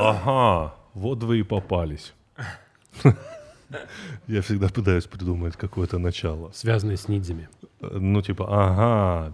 Ага, вот вы и попались. Я всегда пытаюсь придумать какое-то начало. Связанное с ниндзями. Ну, типа, ага.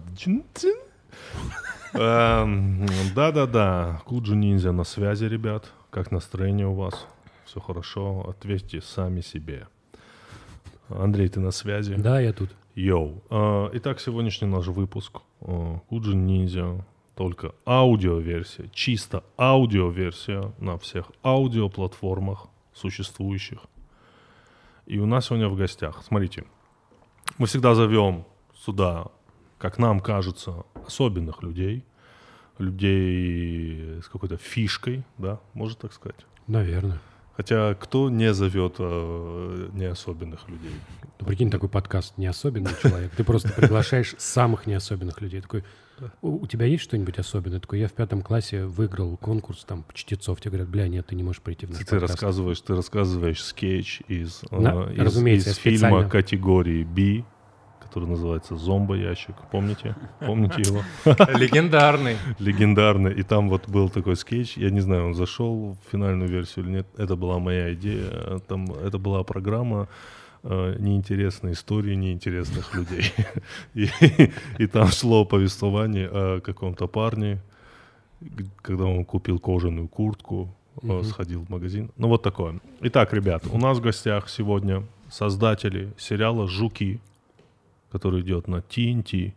Да-да-да. Куджи ниндзя на связи, ребят. Как настроение у вас? Все хорошо? Ответьте сами себе. Андрей, ты на связи? Да, я тут. Йоу. Итак, сегодняшний наш выпуск. Куджи ниндзя. Только аудиоверсия. Чисто аудиоверсия на всех аудиоплатформах существующих. И у нас сегодня в гостях, смотрите, мы всегда зовем сюда, как нам кажется, особенных людей с какой-то фишкой, да, можно так сказать? Наверное. Хотя кто не зовет неособенных людей? Ну, прикинь, такой подкаст «Не особенный человек». Ты просто приглашаешь самых неособенных людей. Такой, у тебя есть что-нибудь особенное? Такой, я в 5 классе выиграл конкурс там чтецов. Тебе говорят, бля, нет, ты не можешь прийти в наш подкаст. Ты рассказываешь скетч из фильма категории B, который называется «Зомбоящик». Помните? Помните его? Легендарный. Легендарный. И там вот был такой скетч. Я не знаю, он зашел в финальную версию или нет. Это была моя идея. Это была программа неинтересные истории неинтересных людей. И там шло повествование о каком-то парне, когда он купил кожаную куртку, сходил в магазин. Ну вот такое. Итак, ребят, у нас в гостях сегодня создатели сериала «Жуки», который идет на TNT.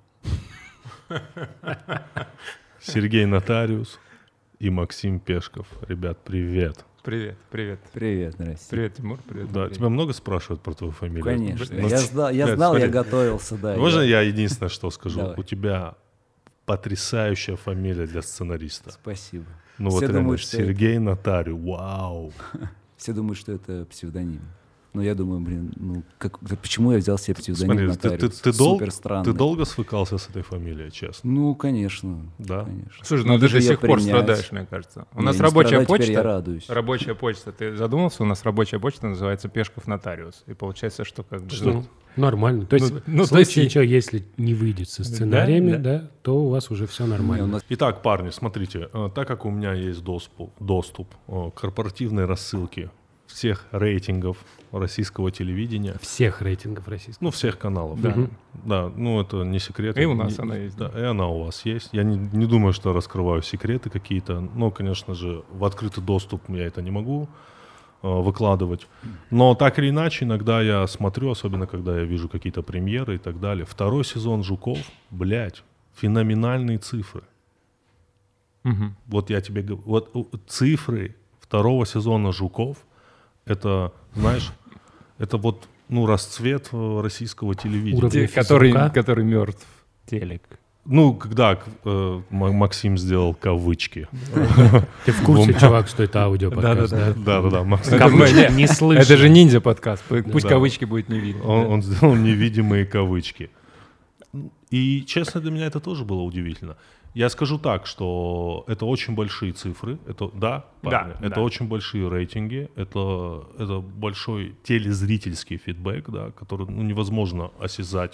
Сергей Нотариус и Максим Пешков. Ребят, привет. Привет. Привет, здрасте. Привет, Тимур. Привет. Да, тебя много спрашивают про твою фамилию? Конечно. Ну, Я знал, я готовился, да. Можно я единственное, что скажу? Давай. У тебя потрясающая фамилия для ссценариста. Спасибо. Ну вот реально, Сергей Нотариус. Вау. Все думают, что это псевдоним. Но я думаю, почему я взял себе псевдоним Нотариус? Супер странно. Ты долго свыкался с этой фамилией, честно? Ну, конечно. Да? Конечно. Слушай, ну ты же до сих пор страдаешь, мне кажется. У нас рабочая почта. Я радуюсь. Рабочая почта. Ты задумался? У нас рабочая почта называется Пешков Нотариус. И получается, что как бы... Нормально. То есть в случае, если не выйдет со сценариями, да, то у вас уже все нормально. Итак, парни, смотрите. Так как у меня есть доступ к корпоративной рассылке всех рейтингов российского телевидения. Всех рейтингов российского? Ну, всех каналов. Да. Да, ну это не секрет. И у нас она есть. Да, и она у вас есть. Я не думаю, что раскрываю секреты какие-то. Но, конечно же, в открытый доступ я это не могу выкладывать. Но так или иначе, иногда я смотрю, особенно когда я вижу какие-то премьеры и так далее. 2 сезон «Жуков», блядь, феноменальные цифры. Вот я тебе говорю, вот цифры 2 сезона «Жуков», это, знаешь, это вот, ну, расцвет российского телевидения. Который мертв, телек. Ну, когда Максим сделал кавычки. Ты в курсе, чувак, что это аудиоподкаст, да? Да, Максим. Кавычки не слышно. Это же ниндзя-подкаст, пусть кавычки будет не видно. Он сделал невидимые кавычки. И, честно, для меня это тоже было удивительно. Я скажу так, что это очень большие цифры, это очень большие рейтинги, это большой телезрительский фидбэк, да, который невозможно осязать.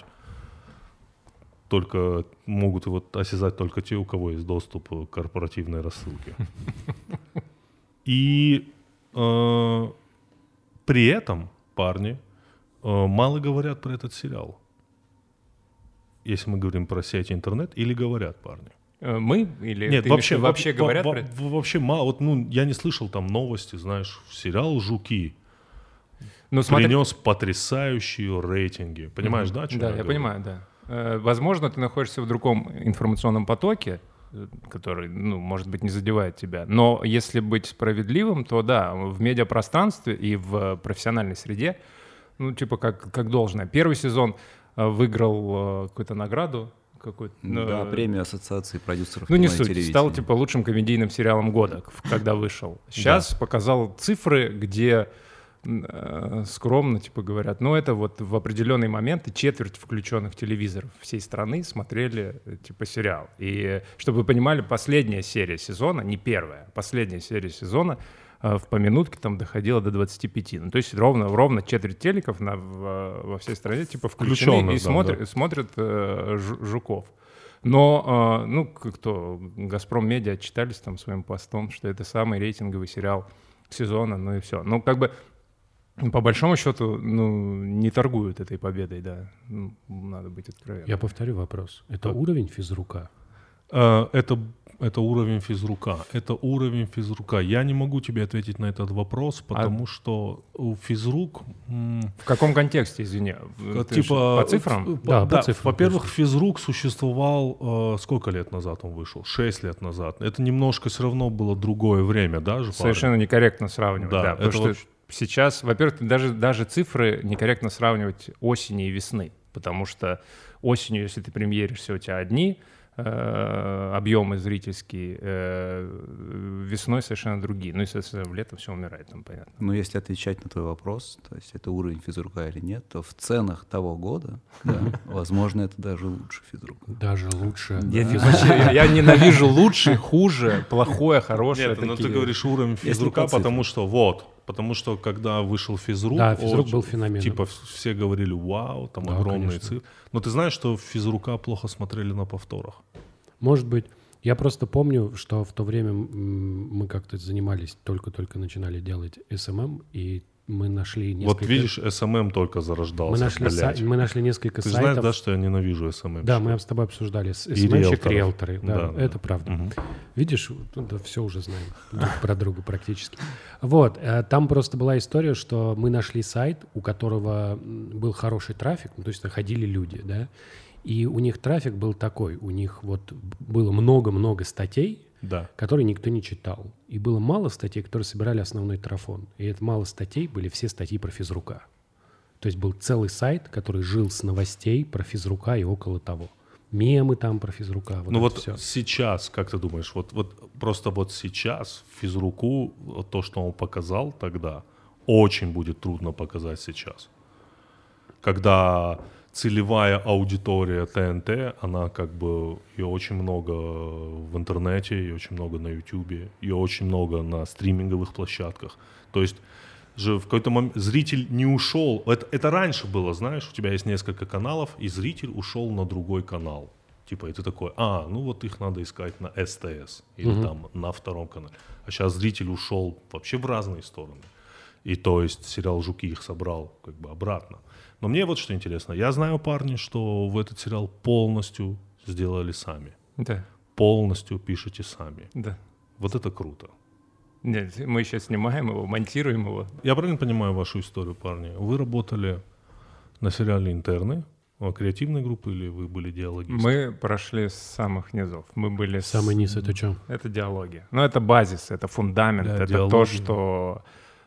Могут его осязать только те, у кого есть доступ к корпоративной рассылке. И при этом, парни, мало говорят про этот сериал. Если мы говорим про сеть интернет, или говорят, парни? Мы? Или нет, вообще говорят про это? Вообще мало. Вот, я не слышал там новости, знаешь, сериал «Жуки» принес потрясающие рейтинги. Понимаешь, да? Да, я понимаю, да. Возможно, ты находишься в другом информационном потоке, который, может быть, не задевает тебя. Но если быть справедливым, то да, в медиапространстве и в профессиональной среде, как должное. 1 сезон выиграл какую-то награду. Да, премию Ассоциации продюсеров не суть, стал лучшим комедийным сериалом года, когда вышел. Сейчас показал цифры, где скромно говорят, это вот в определенный момент четверть включенных телевизоров всей страны смотрели сериал. И чтобы вы понимали, последняя серия сезона, не первая, последняя серия сезона в поминутке там доходила до 25. То есть ровно четверть телеков во всей стране включены и смотрят «Жуков». Но, кто, «Газпром Медиа» отчитались там своим постом, что это самый рейтинговый сериал сезона, ну и все. Ну, как бы, по большому счету, не торгуют этой победой, да. Надо быть откровенным. Я повторю вопрос. Это уровень физрука? Это уровень физрука. Это уровень физрука. Я не могу тебе ответить на этот вопрос, потому что физрук... В каком контексте, извини? Типа, по цифрам? Да, по цифрам. Во-первых, физрук существовал... сколько лет назад он вышел? 6 лет назад. Это немножко все равно было другое время, даже? Совершенно некорректно сравнивать, да. Потому что сейчас, во-первых, даже цифры некорректно сравнивать осени и весны. Потому что осенью, если ты премьеришься, у тебя одни... объемы зрительские, весной совершенно другие. Ну, естественно, в лето все умирает, там понятно. Но если отвечать на твой вопрос, то есть это уровень физрука или нет, то в ценах того года, возможно, это даже лучше физрука. Даже лучше. Я ненавижу лучше, хуже, плохое, хорошее. Нет, но ты говоришь уровень физрука, потому что когда вышел физрук, да, физрук был феноменом. Типа все говорили, вау, там огромные цифры. Но ты знаешь, что физрука плохо смотрели на повторах? Может быть. Я просто помню, что в то время мы как-то занимались, только-только начинали делать СММ, и мы нашли несколько... Вот видишь, СММ только зарождался. Мы нашли несколько ты сайтов. Ты знаешь, да, что я ненавижу СММ? Да, мы с тобой обсуждали. СММщик, риэлторы. Да, это правда. Угу. Видишь, все уже знаем друг про друга практически. Вот, там просто была история, что мы нашли сайт, у которого был хороший трафик, то есть ходили люди, да, и у них трафик был такой, у них вот было много-много статей, да, которые никто не читал. И было мало статей, которые собирали основной трафон. И это мало статей были все статьи про физрука. То есть был целый сайт, который жил с новостей про физрука и около того. Мемы там про физрука. Вот все. Сейчас, как ты думаешь, просто сейчас физруку то, что он показал тогда, очень будет трудно показать сейчас. Когда целевая аудитория ТНТ, она как бы, ее очень много в интернете, ее очень много на Ютубе, ее очень много на стриминговых площадках. То есть же в какой-то момент зритель не ушел. Это раньше было, знаешь, у тебя есть несколько каналов, и зритель ушел на другой канал. Типа, и ты такой, вот их надо искать на СТС или там на втором канале. А сейчас зритель ушел вообще в разные стороны. И то есть сериал «Жуки» их собрал как бы обратно. Но мне вот что интересно. Я знаю, парни, что в этот сериал полностью сделали сами. Да. Полностью пишете сами. Да. Вот это круто. Нет, мы сейчас снимаем его, монтируем его. Я правильно понимаю вашу историю, парни? Вы работали на сериале «Интерны», креативной группы, или вы были диалогистами? Мы прошли с самых низов. Мы были... Самый низ — это что? Это диалоги. Это базис, это фундамент, это диалоги. То, что...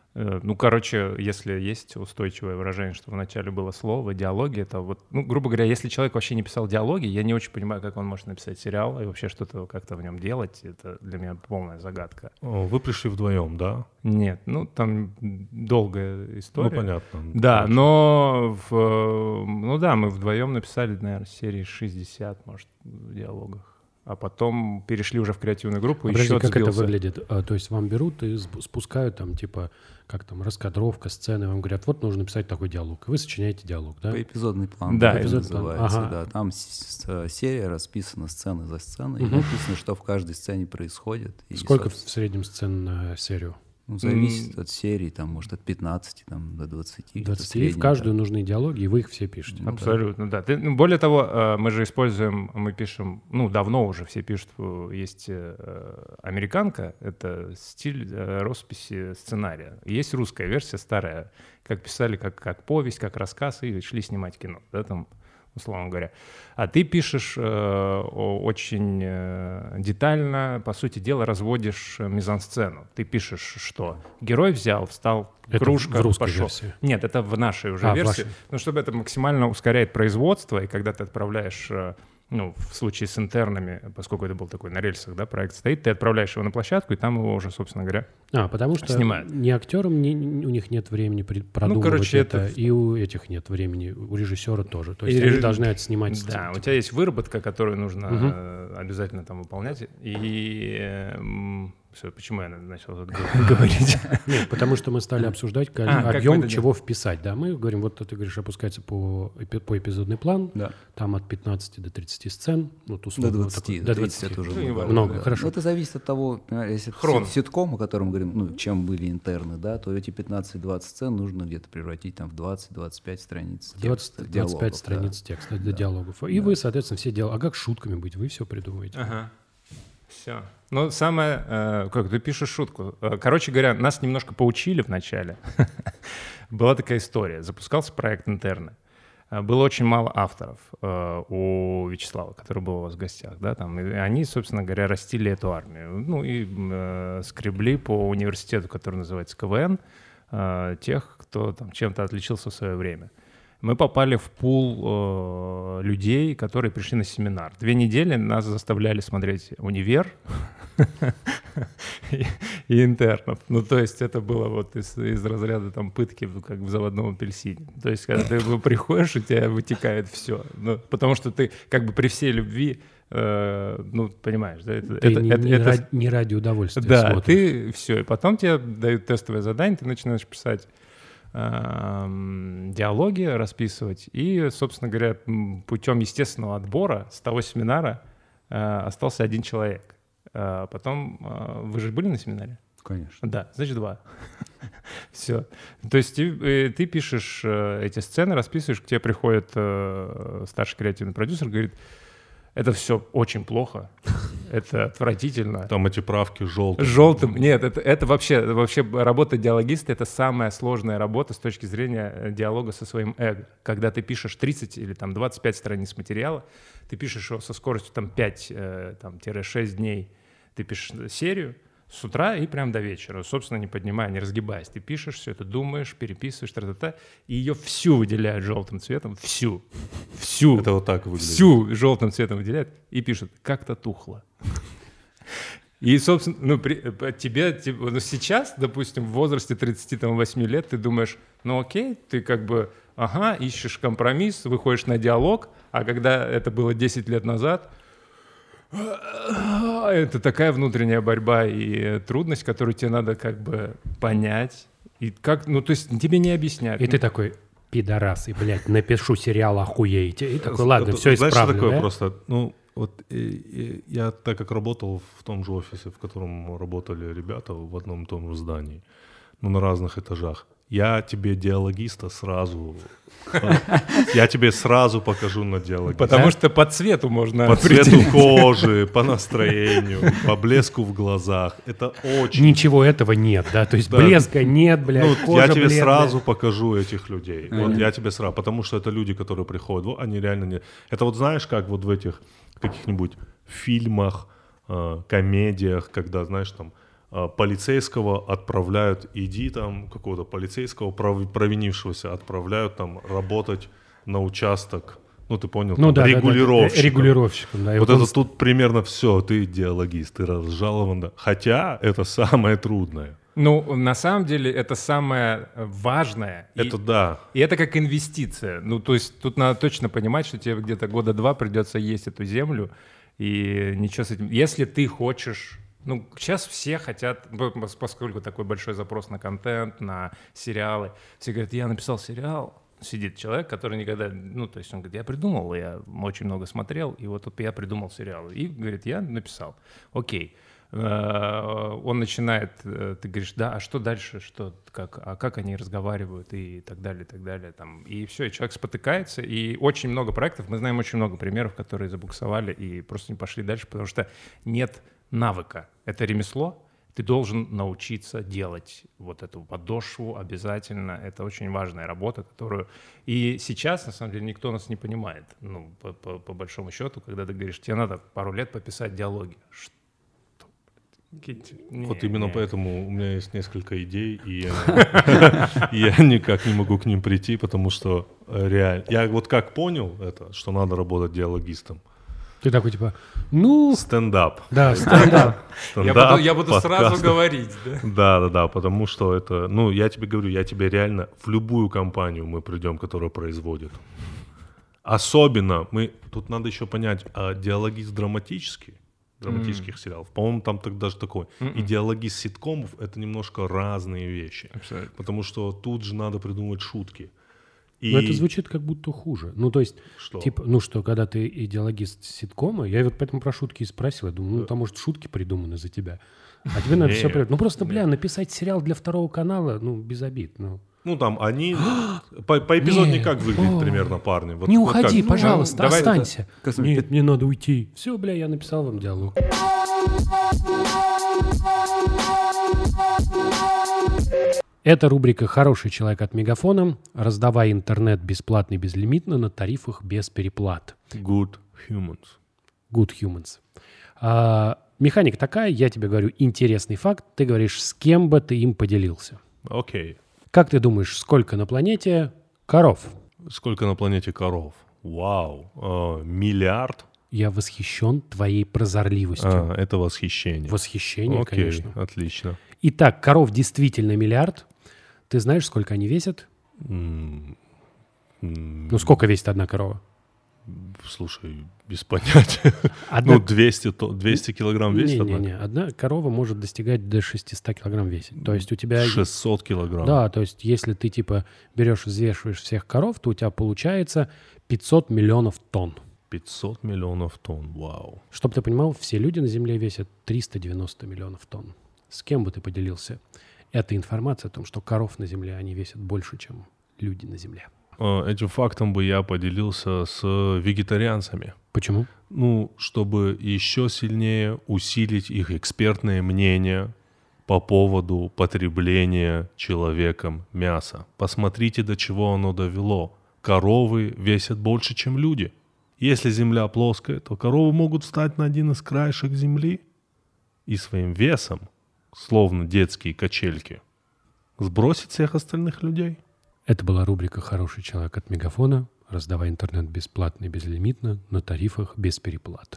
если есть устойчивое выражение, что вначале было слово, диалоги, это вот, грубо говоря, если человек вообще не писал диалоги, я не очень понимаю, как он может написать сериал и вообще что-то как-то в нем делать. Это для меня полная загадка. Вы пришли вдвоем, да? Нет, там долгая история. Понятно. Да, но мы вдвоем написали, наверное, серии 60, может, диалогов. А потом перешли уже в креативную группу. Подожди, как это выглядит? То есть вам берут и спускают там, типа, как там, раскадровка, сцены, вам говорят, вот нужно написать такой диалог. Вы сочиняете диалог, да? Эпизодный план. Да, эпизодный план. Называется, да. Там серия расписана сцена за сценой, и написано, что в каждой сцене происходит. Сколько в среднем сцен на серию? Зависит от серии, там, может, от 15 до 20. 20, и в каждую нужны диалоги, и вы их все пишете. Абсолютно, да. Более того, мы пишем, давно уже все пишут, есть американка, это стиль росписи сценария. Есть русская версия, старая, как писали, как повесть, как рассказ, и шли снимать кино, да, там, условно говоря. А ты пишешь очень детально, по сути дела, разводишь мизансцену. Ты пишешь, что герой взял, встал, это кружка, в русской пошел. Версии. Нет, это в нашей уже версии. Чтобы это максимально ускоряет производство, и когда ты отправляешь... в случае с интернами, поскольку это был такой на рельсах, да, проект стоит, ты отправляешь его на площадку, и там его уже, собственно говоря, потому что снимают. Ни актерам, у них нет времени продумывать это, и у этих нет времени, у режиссера тоже. То есть они должны это снимать. Да, у тебя есть выработка, которую нужно обязательно там выполнять. И Все, почему я начал говорить? Нет, потому что мы стали обсуждать объем, чего вписать. Да, мы говорим, вот ты говоришь, опускается по эпизодный план, там от 15 до 30 сцен, вот условно. До 20. До 20 это уже много, хорошо. Это зависит от того, если ситком, о котором мы говорим, чем были интерны, да, то эти 15-20 сцен нужно где-то превратить там в 20-25 страниц текста, 25 страниц текста для диалогов. И вы, соответственно, все делаете. А как с шутками быть? Вы все придумываете. Ага. Все. Ну, самое... как ты пишешь шутку. Короче говоря, нас немножко поучили вначале. Была такая история. Запускался проект «Интерны». Было очень мало авторов у Вячеслава, который был у вас в гостях. Да, там, и они, собственно говоря, растили эту армию. Ну, и скребли по университету, который называется КВН, тех, кто там чем-то отличился в свое время. Мы попали в пул людей, которые пришли на семинар. 2 недели нас заставляли смотреть «Универ» и «Интернов». Ну, то есть это было вот из разряда там пытки, как в «Заводном апельсине». То есть когда ты приходишь, у тебя вытекает все. Ну, потому что ты как бы при всей любви, ну, понимаешь, да? Это не ради удовольствия да, смотришь. ты все. И потом тебе дают тестовое задание, ты начинаешь писать диалоги, расписывать. И, собственно говоря, путем естественного отбора с того семинара остался 1 человек. Потом... Вы же были на семинаре? Конечно. Да, значит 2. Все. То есть ты пишешь эти сцены, расписываешь, к тебе приходит старший креативный продюсер, говорит, это все очень плохо, это отвратительно. Там эти правки желтым. Желтым. Нет, это вообще работа диалогиста — это самая сложная работа с точки зрения диалога со своим эго. Когда ты пишешь 30 или там 25 страниц материала, ты пишешь его со скоростью там 5-6 дней, ты пишешь серию с утра и прям до вечера, собственно, не поднимая, не разгибаясь. Ты пишешь все это, думаешь, переписываешь, и ее всю выделяют желтым цветом, всю. Это вот так выглядит. Всю желтым цветом выделяют и пишут, как-то тухло. И, собственно, тебе сейчас, допустим, в возрасте 38 лет, ты думаешь, ну окей, ты как бы, ищешь компромисс, выходишь на диалог, а когда это было 10 лет назад, это такая внутренняя борьба и трудность, которую тебе надо как бы понять. И как, то есть тебе не объясняют. И ты такой, пидорас, и, блядь, напишу сериал, охуеете. И такой, ладно, все знаешь, исправлю, такое да? просто, я так как работал в том же офисе, в котором работали ребята в одном и том же здании, на разных этажах, я тебе диалогиста сразу... Я тебе сразу покажу на диалоге. Потому что по цвету можно... По цвету кожи, по настроению, по блеску в глазах. Это очень... Ничего этого нет, да? То есть блеска нет, блядь, кожа я тебе бледная. сразу покажу этих людей. Вот я тебе сразу... Потому что это люди, которые приходят, они реально не... Это вот знаешь, как вот в этих каких-нибудь фильмах, комедиях, когда, знаешь, там, полицейского отправляют, какого-то полицейского провинившегося отправляют там работать на участок, ты понял, регулировщиком. Регулировщиком, да. Вот это тут примерно все, ты диалогист, ты разжалован, да. Хотя это самое трудное. На самом деле это самое важное. Это да. И это как инвестиция. То есть тут надо точно понимать, что тебе где-то 2 года придется есть эту землю, и ничего с этим... Если ты хочешь... сейчас все хотят, поскольку такой большой запрос на контент, на сериалы, все говорят, я написал сериал, сидит человек, который никогда, то есть он говорит, я придумал, я очень много смотрел, и вот я придумал сериал, и говорит, я написал, окей. Он начинает, ты говоришь, да, а что дальше, как они разговаривают и так далее, там, и все, и человек спотыкается, и очень много проектов, мы знаем очень много примеров, которые забуксовали и просто не пошли дальше, потому что нет навыка. Это ремесло, ты должен научиться делать вот эту подошву обязательно. Это очень важная работа, которую... И сейчас, на самом деле, никто нас не понимает. По большому счету, когда ты говоришь, тебе надо пару лет пописать диалоги. Вот именно поэтому у меня есть несколько идей, и я никак не могу к ним прийти, потому что реально... Я вот как понял это, что надо работать диалогистом. Ты такой, типа, Стендап. Да, стендап. Я буду сразу говорить, да? Да, потому что это... я тебе говорю, я тебе реально... В любую компанию мы придем, которая производит. Особенно тут надо еще понять, диалогист драматический, драматических сериалов. По-моему, там даже такой. Идеологист ситкомов — это немножко разные вещи. Абсолютно. Потому что тут же надо придумать шутки. Но это звучит как будто хуже. Ну, то есть, типа, что когда ты идеологист ситкома, я вот поэтому про шутки и спросил, я думаю, там, может, шутки придуманы за тебя. А тебе надо все придумать. Ну, просто, написать сериал для второго канала, без обид, Ну, там они... Поэпизоднее как выглядит примерно парни? Не уходи, пожалуйста, останься. Нет, мне надо уйти. Все, я написал вам диалог. Это рубрика «Хороший человек от Мегафона». Раздавай интернет бесплатно и безлимитно на тарифах без переплат. Good humans. Good humans. Механика такая, я тебе говорю интересный факт, ты говоришь, с кем бы ты им поделился. Окей. Как ты думаешь, сколько на планете коров? Сколько на планете коров? Вау. Миллиард? Я восхищен твоей прозорливостью. Это восхищение. Восхищение, окей, конечно. Отлично. Итак, коров действительно миллиард. Ты знаешь, сколько они весят? Сколько весит одна корова? Слушай, без понятия. 200 килограмм весит одна? Не. Одна корова может достигать до 600 килограмм весить. То есть у тебя... 600 килограмм? Да, то есть если ты берешь, взвешиваешь всех коров, то у тебя получается 500 миллионов тонн. 500 миллионов тонн, вау. Чтобы ты понимал, все люди на Земле весят 390 миллионов тонн. С кем бы ты поделился? Это информация о том, что коров на Земле, они весят больше, чем люди на Земле. Этим фактом бы я поделился с вегетарианцами. Почему? Чтобы еще сильнее усилить их экспертное мнение по поводу потребления человеком мяса. Посмотрите, до чего оно довело. Коровы весят больше, чем люди. Если земля плоская, то коровы могут встать на один из краешек земли и своим весом, словно детские качельки, сбросить всех остальных людей. Это была рубрика «Хороший человек от Мегафона». Раздавай интернет бесплатно и безлимитно на тарифах без переплат.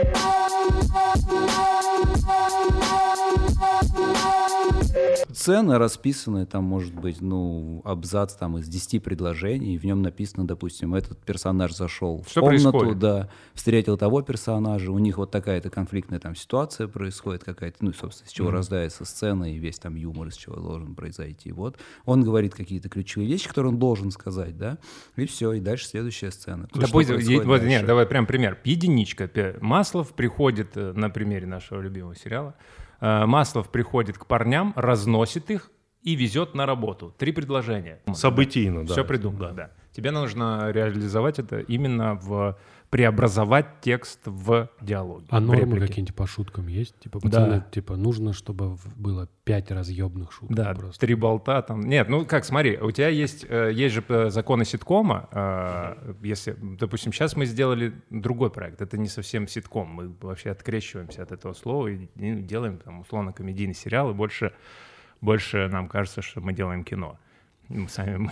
Цены расписаны, там может быть, абзац там из 10 предложений, в нем написано, допустим, этот персонаж зашел в комнату, да, встретил того персонажа, у них вот такая-то конфликтная там ситуация происходит какая-то, собственно, с чего рождается сцена и весь там юмор, из чего должен произойти. Вот он говорит какие-то ключевые вещи, которые он должен сказать, да, и все, и дальше следующая сцена. Давай прям пример. Единичка. Маслов приходит, на примере нашего любимого сериала, Маслов приходит к парням, разносит их и везет на работу. 3 предложения. Событийно, да. Все придумано, да. Тебе нужно реализовать это именно преобразовать текст в диалоги. А нормы какие-нибудь по шуткам есть? Пацаны, нужно, чтобы было 5 разъебных шуток. Да, просто. 3 болта там. Нет, смотри, у тебя есть же законы ситкома. Если, допустим, сейчас мы сделали другой проект, это не совсем ситком, мы вообще открещиваемся от этого слова и делаем там условно комедийный сериал, и больше нам кажется, что мы делаем кино. Сами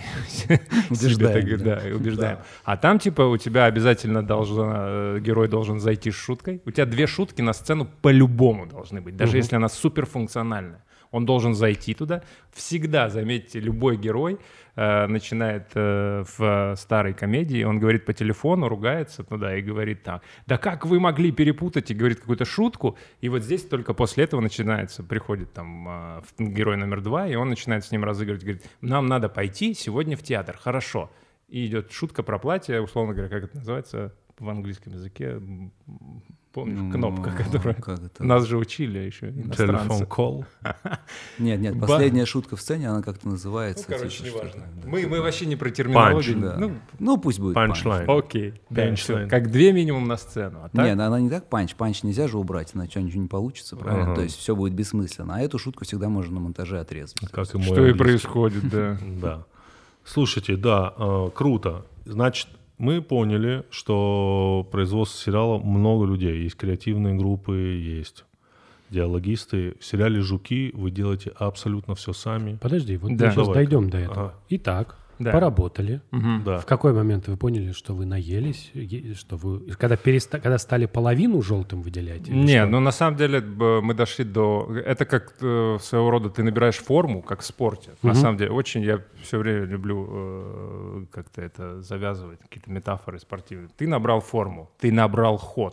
убеждаем. Да. А там у тебя обязательно герой должен зайти с шуткой. У тебя 2 шутки на сцену по-любому должны быть, даже если она суперфункциональная. Он должен зайти туда. Всегда, заметьте, любой герой начинает в старой комедии, он говорит по телефону, ругается туда и говорит так: да как вы могли перепутать, и говорит какую-то шутку, и вот здесь только после этого приходит там герой номер 2, и он начинает с ним разыгрывать, говорит: нам надо пойти сегодня в театр, хорошо. И идет шутка про платье, условно говоря, как это называется в английском языке, помнишь, кнопка, которая... Нас же учили еще иностранцы. Телефон-колл? Нет, последняя шутка в сцене, она как-то называется. Неважно. Мы вообще не про терминологию. Пусть будет панчлайн. Окей. Как 2 минимум на сцену. Нет, она не так панч. Панч нельзя же убрать, иначе ничего не получится, правильно? То есть все будет бессмысленно. А эту шутку всегда можно на монтаже отрезать. Что и происходит, да. Да. Слушайте, да, круто. Значит, мы поняли, что производство сериала много людей. Есть креативные группы, есть диалогисты. В сериале «Жуки» вы делаете абсолютно все сами. Подожди, мы сейчас дойдем до этого. Итак, поработали. Да. В какой момент вы поняли, что вы наелись? Что вы, когда стали половину желтым выделять? Нет, на самом деле мы дошли до... Это как своего рода ты набираешь форму, как в спорте. На самом деле я все время люблю как-то это завязывать, какие-то метафоры спортивные. Ты набрал форму, ты набрал ход.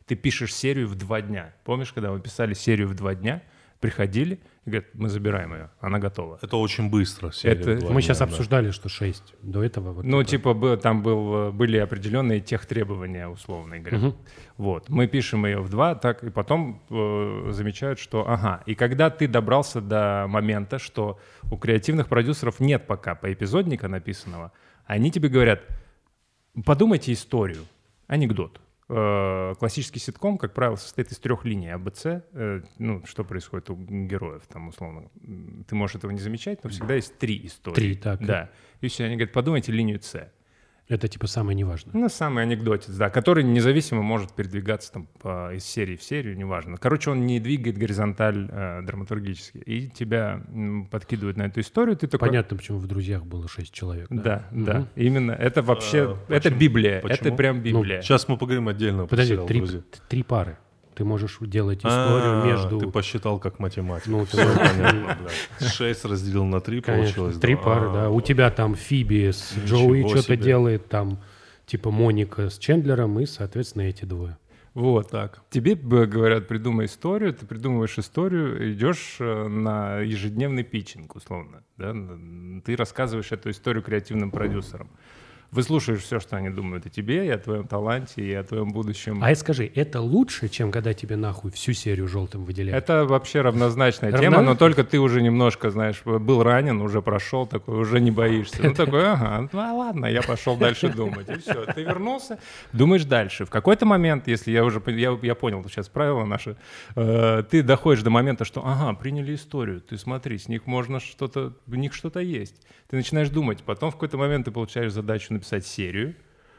Ты пишешь серию в 2 дня. Помнишь, когда мы писали серию в 2 дня, приходили и говорят, мы забираем ее, она готова. Это очень быстро. Мы сейчас обсуждали, что 6. До этого вот. Ну, там были определенные техтребования условные, говорят. Вот. Мы пишем ее в 2, так, и потом замечают, что и когда ты добрался до момента, что у креативных продюсеров нет пока поэпизодника написанного, они тебе говорят, подумайте историю, анекдот. Классический ситком, как правило, состоит из 3 линий АБЦ. Что происходит у героев, там, условно. Ты можешь этого не замечать, но всегда есть 3 истории. 3, так. Да. И все, они говорят, подумайте линию С. Это типа самое неважное. Самый анекдотец, да, который независимо может передвигаться там из серии в серию, неважно. Короче, он не двигает горизонталь драматургически. И тебя подкидывают на эту историю. Ты такой... Понятно, почему в «Друзьях» было 6 человек. Да. Именно. Это вообще... это Библия. Почему? Это прям Библия. Сейчас мы поговорим отдельно. Подожди, 3 пары. Ты можешь делать историю между... Ты посчитал как математик. Ну, все понятно, блядь. 6 разделил на 3, получилось. 3 пары, да. У тебя там Фиби с Джоуи что-то делает, там типа Моника с Чендлером и, соответственно, эти 2. Вот так. Тебе говорят, придумай историю, ты придумываешь историю, идешь на ежедневный питчинг, условно. Да? Ты рассказываешь эту историю креативным продюсерам. Выслушаешь все, что они думают о тебе, и о твоем таланте, и о твоем будущем. А скажи, это лучше, чем когда тебе нахуй всю серию желтым выделяют? Это вообще равнозначная тема, но только ты уже немножко, знаешь, был ранен, уже прошел, такой, уже не боишься. Ну такой, ладно, я пошел дальше думать. И все, ты вернулся, думаешь дальше. В какой-то момент, если я понял сейчас правило наше, ты доходишь до момента, что, приняли историю, ты смотри, в них что-то есть. Ты начинаешь думать, потом в какой-то момент ты получаешь задачу написать серию.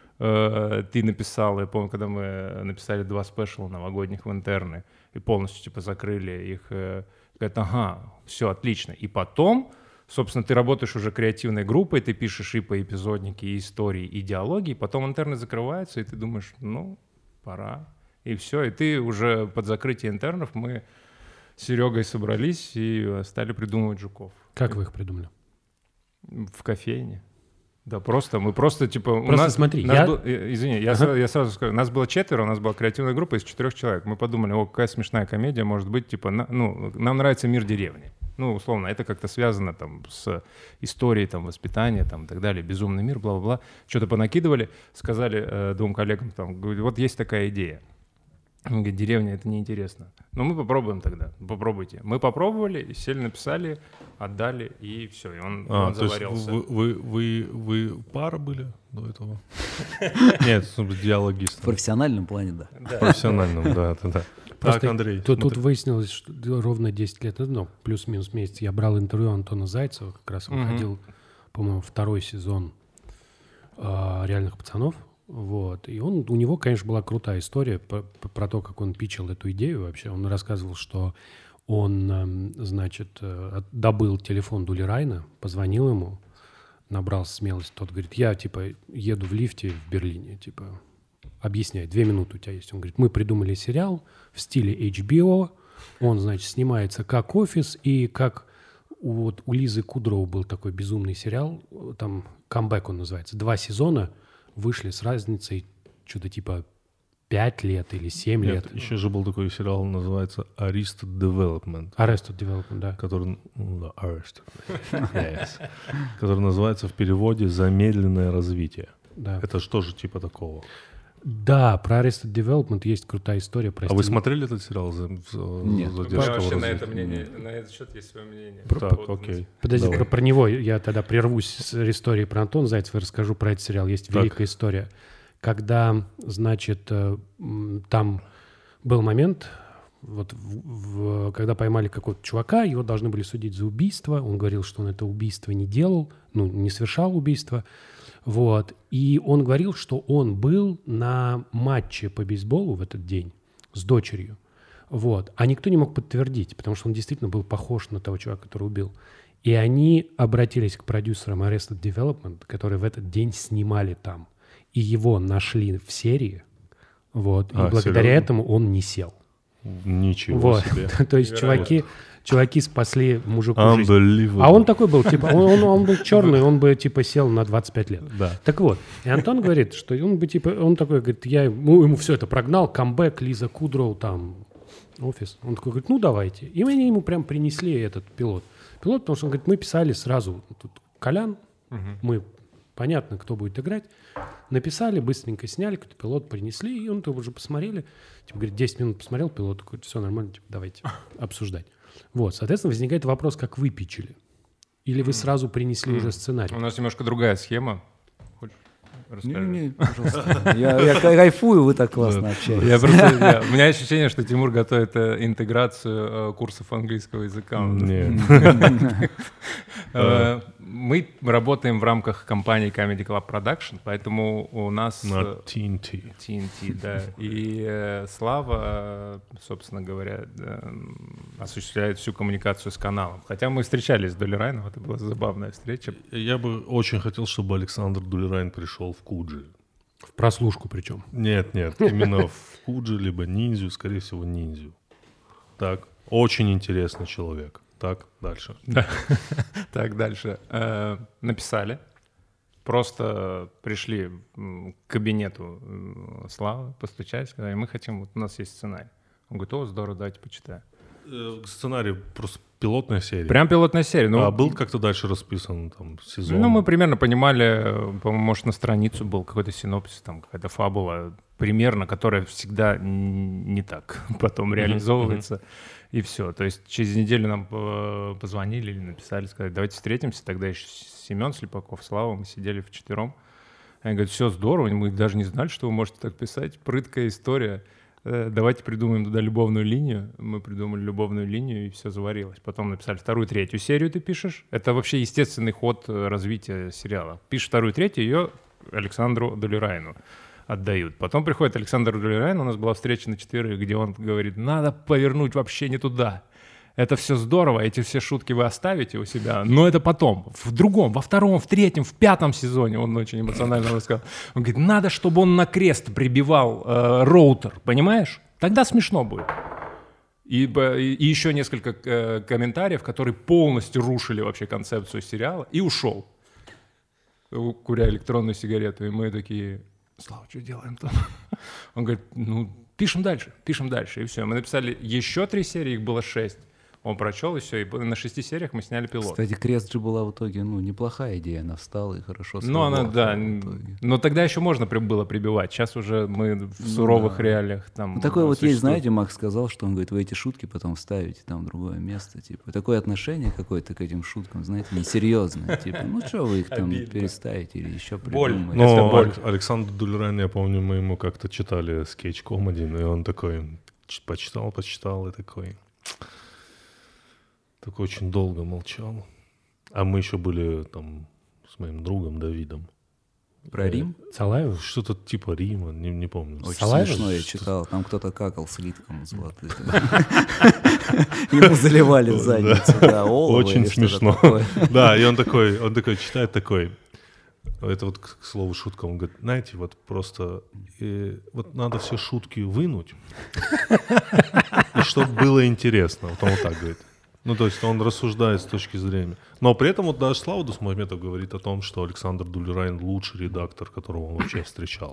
Ты написал, я помню, когда мы написали 2 спешала новогодних в интерны и полностью закрыли их, говорят, все, отлично. И потом, собственно, ты работаешь уже креативной группой, ты пишешь и поэпизодники, и истории, и диалоги, и потом интерны закрываются, и ты думаешь, пора. И все, и ты уже под закрытие интернов мы с Серегой собрались и стали придумывать жуков. Как вы их придумали? В кофейне. Да, мы просто смотри, извини, я сразу скажу, нас было 4, у нас была креативная группа из 4 человек. Мы подумали, какая смешная комедия может быть, нам нравится мир деревни. Условно, это как-то связано там с историей там воспитания там и так далее, безумный мир, бла-бла-бла. Что-то понакидывали, сказали 2 коллегам там, вот есть такая идея. Он говорит, деревня — это неинтересно. Мы попробуем тогда, попробуйте. Мы попробовали, сели, написали, отдали, и все, и он заварился. То есть вы пара были до этого? Нет, диалогист. В профессиональном плане, да. В профессиональном, да. Так, Андрей. Тут выяснилось, что ровно 10 лет, плюс-минус месяц, я брал интервью Антона Зайцева, как раз выходил, по-моему, 2 сезон «Реальных пацанов». Вот. И у него, конечно, была крутая история про то, как он питчил эту идею вообще. Он рассказывал, что он, добыл телефон Дули Райна, позвонил ему, набрался смелости. Тот говорит, я, еду в лифте в Берлине, объясняй, 2 минуты у тебя есть. Он говорит, мы придумали сериал в стиле HBO, он, снимается как «Офис», и как у Лизы Кудроу был такой безумный сериал, там «Камбэк» он называется, 2 сезона, вышли с разницей что-то 5 лет или 7 лет. Еще же был такой сериал, называется Arrested Development. Arrested Development, да. Который, Arrested. Yes. Который называется в переводе «Замедленное развитие». Да. Это что же такого? Да, про Arrested Development есть крутая история. А вы смотрели этот сериал? Нет. Вообще на этот счет есть свое мнение. Так, окей. Подожди, про него я тогда прервусь с историей про Антона Зайцева и расскажу про этот сериал. Есть великая история. Когда, там был момент, когда поймали какого-то чувака, его должны были судить за убийство. Он говорил, что он это убийство не делал, не совершал убийство. Вот. И он говорил, что он был на матче по бейсболу в этот день с дочерью. Вот. А никто не мог подтвердить, потому что он действительно был похож на того чувака, который убил. И они обратились к продюсерам Arrested Development, которые в этот день снимали там. И его нашли в серии. Вот. И благодаря этому он не сел. Ничего себе. То есть чуваки спасли мужику жизнь. А он такой был, типа, он был черный, он бы, типа, сел на 25 лет. Да. Так вот, и Антон говорит, что он бы, типа, он такой, говорит, я ему все это прогнал, камбэк, Лиза Кудроу, там, офис. Он такой говорит, ну, давайте. И они ему прям принесли этот пилот. Пилот, потому что он говорит, мы писали сразу, тут Колян, мы, понятно, кто будет играть, написали, быстренько сняли, какой-то пилот принесли, и он то уже посмотрели, типа, говорит, 10 минут посмотрел, пилот такой, все нормально, типа, давайте обсуждать. Вот, соответственно, возникает вопрос, как вы питчили? Или вы сразу принесли уже сценарий? У нас немножко другая схема. Не, пожалуйста. Я кайфую, вы так классно общаетесь. У меня ощущение, что Тимур готовит интеграцию курсов английского языка. Нет. Мы работаем в рамках компании Comedy Club Production, поэтому у нас... TNT. TNT, да. И Слава, собственно говоря, осуществляет всю коммуникацию с каналом. Хотя мы встречались с Дулерайном, это была забавная встреча. Я бы очень хотел, чтобы Александр Дулерайн пришел в Куджи. В прослушку причем. Нет, именно в Куджи, либо ниндзю, скорее всего, ниндзю. Так, очень интересный человек. Так, дальше. Так, дальше. Написали. Просто пришли к кабинету Славы, постучались, сказали, мы хотим, вот у нас есть сценарий. Он говорит, о, здорово, давайте почитаем. Сценарий просто пилотная серия. Прям пилотная серия. А был как-то дальше расписан там сезон? Ну, мы примерно понимали, по-моему, может, на страницу был какой-то синопсис, там какая-то фабула, примерно, которая всегда не так потом реализовывается. И все. То есть через неделю нам позвонили или написали, сказали, давайте встретимся. Тогда еще Семен Слепаков, Слава, мы сидели вчетвером. Они говорят, все здорово, мы даже не знали, что вы можете так писать. Прыткая история. Давайте придумаем туда любовную линию. Мы придумали любовную линию, и все заварилось. Потом написали вторую, третью серию ты пишешь. Это вообще естественный ход развития сериала. Пишешь вторую, третью, ее Александру Дулерайну отдают. Потом приходит Александр Дулерайн, у нас была встреча на четверых, где он говорит, надо повернуть вообще не туда. Это все здорово, эти все шутки вы оставите у себя, но это потом, в другом, во втором, в третьем, в пятом сезоне, он очень эмоционально рассказал. Он говорит, надо, чтобы он на крест прибивал роутер, понимаешь? Тогда смешно будет. И еще несколько комментариев, которые полностью рушили вообще концепцию сериала, и ушел, куря электронную сигарету. И мы такие... Слава, что делаем там? Он говорит, ну, пишем дальше. И все. Мы написали еще 3 серии, их было 6. Он прочел, и все. И на 6 сериях мы сняли пилот. Кстати, крест же была в итоге, неплохая идея. Она встала и хорошо сработала. Ну, она, да. Но тогда еще можно было прибивать. Сейчас уже мы в суровых реалиях там... Ну, такое вот есть, знаете, Макс сказал, что он говорит, вы эти шутки потом вставите там в другое место. Типа, такое отношение какое-то к этим шуткам, знаете, несерьезное. Типа, ну, что вы их там переставите или еще придумаете? Но Александр Дулерайн, я помню, мы ему как-то читали скетч-комеди, и он такой почитал, и такой очень долго молчал. А мы еще были там с моим другом Давидом. Про Рим? Салаев? Что-то типа Рима, не помню. Очень смешно я читал. Там кто-то какал слитком золотым. Ему заливали задницу. Очень смешно. Да, и он такой читает такой. Это вот, к слову, шутка. Он говорит, знаете, вот просто вот надо все шутки вынуть, и чтобы было интересно. Вот он вот так говорит. Ну, то есть он рассуждает с точки зрения. Но при этом вот даже Слава Дусмухаметов говорит о том, что Александр Дулерайн лучший редактор, которого он вообще встречал.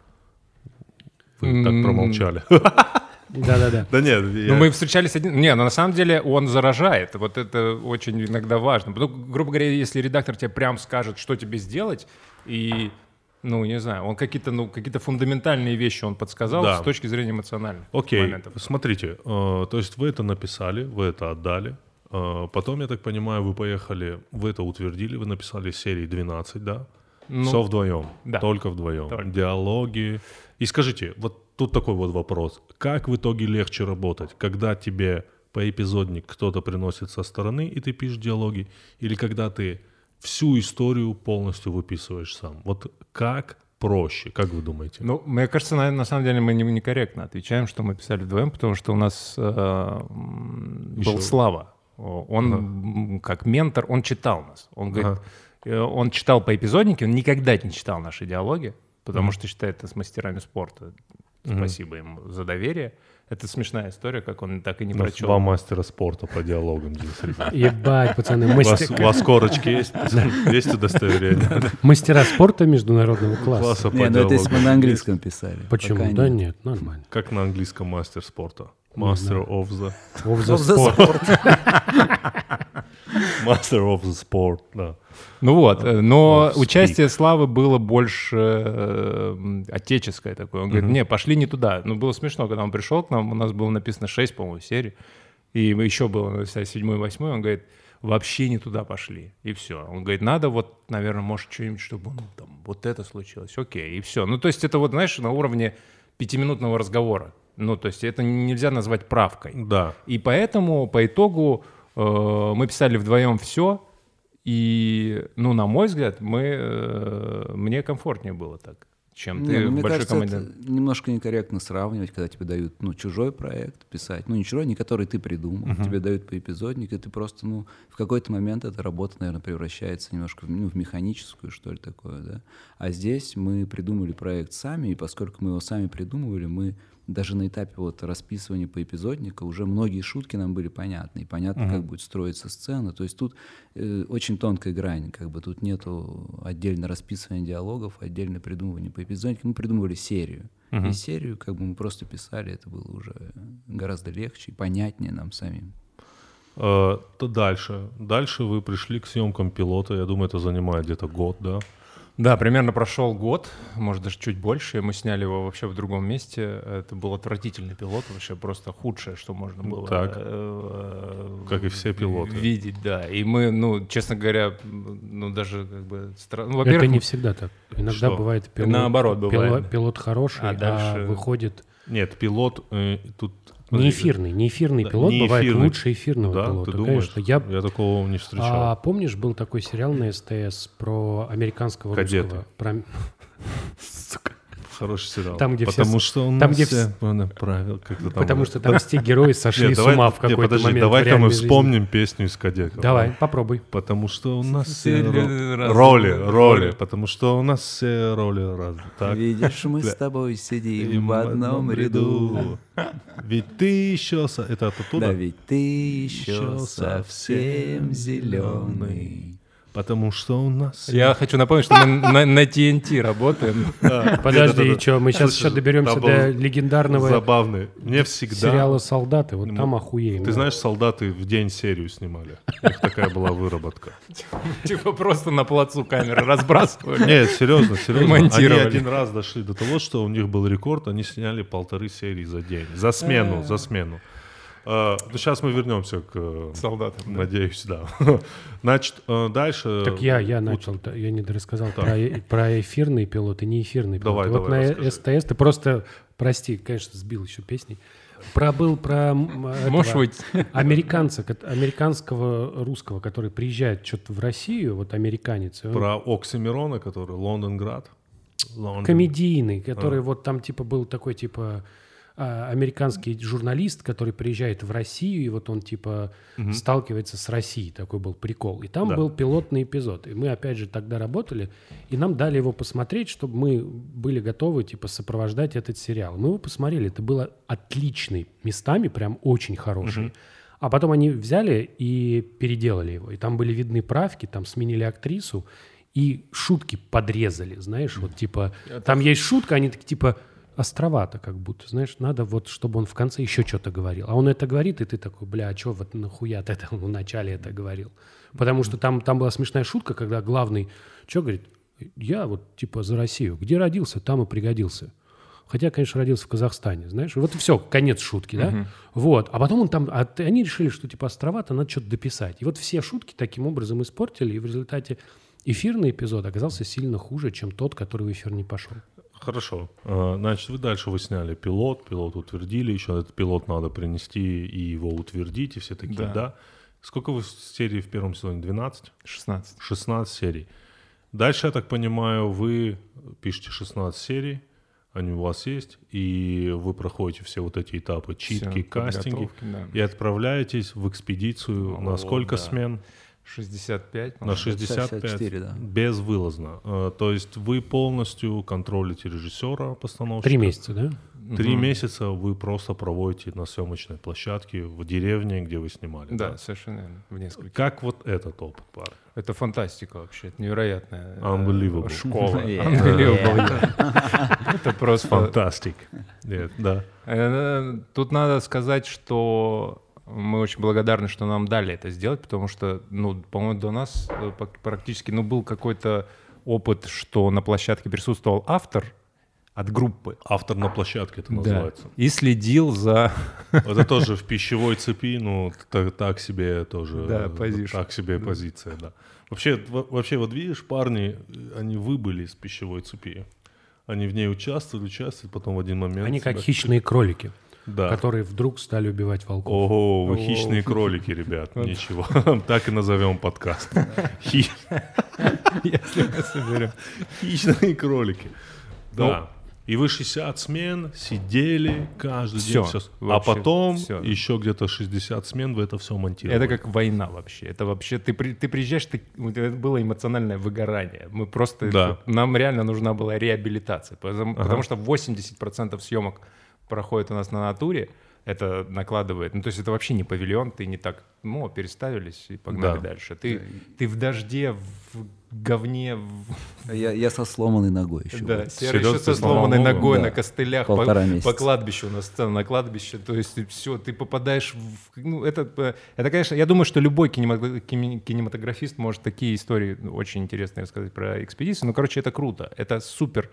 Вы так промолчали. Да-да-да. Да нет. Ну, мы встречались один... Не, но на самом деле он заражает. Вот это очень иногда важно. Ну, грубо говоря, если редактор тебе прям скажет, что тебе сделать, и... Ну, не знаю, он какие-то фундаментальные вещи он подсказал с точки зрения эмоциональных моментов. Смотрите, то есть вы это написали, вы это отдали, потом, я так понимаю, вы поехали, вы это утвердили, вы написали серии 12, да? Ну, все вдвоем, да. Только вдвоем, диалоги. И скажите, вот тут такой вот вопрос, как в итоге легче работать, когда тебе поэпизодник кто-то приносит со стороны, и ты пишешь диалоги, или когда ты всю историю полностью выписываешь сам. Вот как проще, как вы думаете? Ну, мне кажется, на самом деле мы некорректно отвечаем, что мы писали вдвоем, потому что у нас был Слава. Он как ментор, он читал нас. Он говорит, он читал по эпизоднике, он никогда не читал наши диалоги, потому что считает это с мастерами спорта. Спасибо ему за доверие. Это смешная история, как он так и не У нас прочел. 2 мастера спорта по диалогам здесь, ребят. Ебать, пацаны, У вас корочки есть? Есть удостоверение? мастера спорта международного класса. Класса по Не, ну это если мы диалогам на есть? английском писали. Почему? Пока Да нет. нет, нормально. Как на английском мастер спорта? Master of the... Of the sport. Master of the sport, да. Ну вот, но Speak. участие Славы было больше отеческое такое. Он говорит, не, пошли не туда. Ну, было смешно, когда он пришел к нам, у нас было написано 6, по-моему, серий, и еще было 7-й, 8-й, он говорит, вообще не туда пошли, и все. Он говорит, надо вот, наверное, может, что-нибудь, чтобы там, вот это случилось, окей, и все. Ну, то есть это вот, знаешь, на уровне 5-минутного разговора. Ну, то есть это нельзя назвать правкой. Да. И поэтому, по итогу, мы писали вдвоем все, и, ну, на мой взгляд, мне комфортнее было так, чем ты в мне большой кажется, команде. это немножко некорректно сравнивать, когда тебе дают, чужой проект писать. Ну, не чужой, не который ты придумал. Тебе дают по эпизоднику, и ты просто, в какой-то момент эта работа, наверное, превращается немножко в механическую, что ли, такое, да. А здесь мы придумали проект сами, и поскольку мы его сами придумывали, мы даже на этапе вот расписывания по эпизоднику уже многие шутки нам были понятны, и понятно, как будет строиться сцена. То есть тут очень тонкая грань, как бы тут нету отдельно расписывания диалогов, отдельно придумывания по эпизоднику. Мы придумывали серию. И серию как бы мы просто писали, это было уже гораздо легче и понятнее нам самим. То дальше. Дальше вы пришли к съемкам пилота, я думаю, это занимает где-то год, да? Да, примерно прошел год, может, даже чуть больше, и мы сняли его вообще в другом месте. Это был отвратительный пилот, вообще просто худшее, что можно было Так, как и все пилоты. Видеть, да. И мы, честно говоря, даже как бы... во-первых, Это не всегда так. Иногда Что? бывает пилот, Наоборот бывает. пилот хороший, А дальше- выходит... Нет, пилот тут... Не эфирный Да, пилот не бывает эфирный. лучше эфирного Да, пилота. ты думаешь? Конечно. Я такого не встречал. Помнишь, был такой сериал на СТС про американского Кадеты. русского? Сука. Хороший сериал. Там, где потому все- что у там, нас где все правил, как-то там... Потому что там все герои сошли Нет, с ума в какой-то подожди, момент. в давай-ка мы реальной жизни. вспомним песню из «Кадетов». Давай, попробуй. Потому что у нас Все все разные. роли. Потому что у нас все роли разные. Так. Видишь, мы с тобой сидим в одном ряду. Ведь ты еще... Это оттуда? Да ведь ты еще совсем зеленый. Потому что у нас... Я хочу напомнить, что мы на TNT работаем. Подожди, и что, мы сейчас Слушай, еще доберемся там до был легендарного Забавный. Мне всегда... сериала «Солдаты». Вот там охуеем. Ты знаешь, солдаты в день серию снимали. У них такая была выработка. Типа просто на плацу камеры разбрасывали. Нет, серьезно. Они Монтировали. один раз дошли до того, что у них был рекорд, они сняли 1,5 серии за день. За смену. Ну, сейчас мы вернемся к Солдатам, да. Надеюсь, да. Значит, дальше... Так я начал, я не дорассказал про эфирный пилот и неэфирный пилот. Давай, И вот давай, на расскажи. СТС ты просто, прости, конечно, сбил еще песней, про Можешь этого выйти? американского русского, который приезжает что-то в Россию, вот американец. и он Про Оксимирона, который Лондонград. комедийный, который вот там типа был такой типа американский журналист, который приезжает в Россию, и вот он типа сталкивается с Россией, такой был прикол. И там Да. был пилотный эпизод. И мы опять же тогда работали, и нам дали его посмотреть, чтобы мы были готовы типа сопровождать этот сериал. Мы его посмотрели, это было отличный, местами прям очень хороший. А потом они взяли и переделали его. И там были видны правки, там сменили актрису, и шутки подрезали, знаешь, вот типа, там есть шутка, они такие типа островато как будто, знаешь, надо вот, чтобы он в конце еще что-то говорил. А он это говорит, и ты такой, бля, а что вот нахуя ты это в начале это говорил? Потому что там была смешная шутка, когда главный, что говорит, я вот типа за Россию, где родился, там и пригодился. Хотя, конечно, родился в Казахстане, знаешь. Вот и все, конец шутки, да? Вот. А потом они решили, что типа островато, надо что-то дописать. И вот все шутки таким образом испортили, и в результате эфирный эпизод оказался сильно хуже, чем тот, который в эфир не пошел. Хорошо. Значит, вы сняли пилот утвердили, еще этот пилот надо принести и его утвердить, и все такие, да? Сколько вы серий в первом сезоне? 12? 16. 16 серий. Дальше, я так понимаю, вы пишете 16 серий, они у вас есть, и вы проходите все вот эти этапы, читки, кастинги, и отправляетесь в экспедицию на сколько смен? 65. На 65, 64, да. безвылазно. То есть вы полностью контролите режиссера, постановщика. 3 месяца, да? 3 месяца вы просто проводите на съемочной площадке в деревне, где вы снимали. Да, совершенно верно. В нескольких. Как вот этот опыт, парень? Это фантастика вообще, это невероятная Unbelievable. школа. Unbelievable. Это просто... Фантастик. Да. Тут надо сказать, что мы очень благодарны, что нам дали это сделать, потому что, по-моему, до нас практически, был какой-то опыт, что на площадке присутствовал автор от группы. Автор на площадке это называется. И следил за... Это тоже в пищевой цепи, так себе тоже... Да, позиция. Так себе позиция, да. Вообще, вот видишь, парни, они выбыли из пищевой цепи. Они в ней участвовали, потом в один момент... Они как хищные кролики, да. которые вдруг стали убивать волков. Ого, вы хищные кролики, ребят. Ничего. Так и назовем подкаст. Если мы соберем. Хищные кролики. Да. И вы 60 смен сидели каждый день. А потом еще где-то 60 смен вы это все монтировали. Это как война вообще. Это вообще ты приезжаешь, это было эмоциональное выгорание. Мы просто... Нам реально нужна была реабилитация. Потому что 80% съемок проходит у нас на натуре. Это накладывает... то есть это вообще не павильон. Ты не так... переставились и погнали дальше. Ты в дожде, в говне... Я со сломанной ногой еще. Да, Серый еще со сломанной ногой на костылях. По кладбищу у нас сцена на кладбище. То есть все, ты попадаешь в... это, конечно, я думаю, что любой кинематографист может такие истории очень интересные рассказать про экспедицию. Это круто. Это супер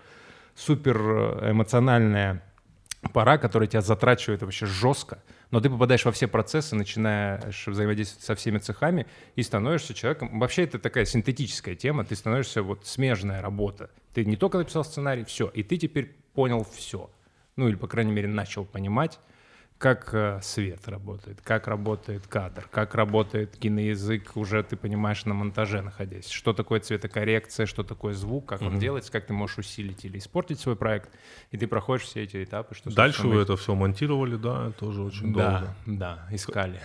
эмоциональная пора, которая тебя затрачивает вообще жестко, но ты попадаешь во все процессы, начинаешь взаимодействовать со всеми цехами и становишься человеком. Вообще это такая синтетическая тема, ты становишься смежная работа. Ты не только написал сценарий, все, и ты теперь понял все. Или, по крайней мере, начал понимать, как свет работает, как работает кадр, как работает киноязык, уже ты понимаешь на монтаже находясь. Что такое цветокоррекция, что такое звук, как он делается, как ты можешь усилить или испортить свой проект. И ты проходишь все эти этапы. Дальше вы это все монтировали, да, тоже очень долго. Да, искали.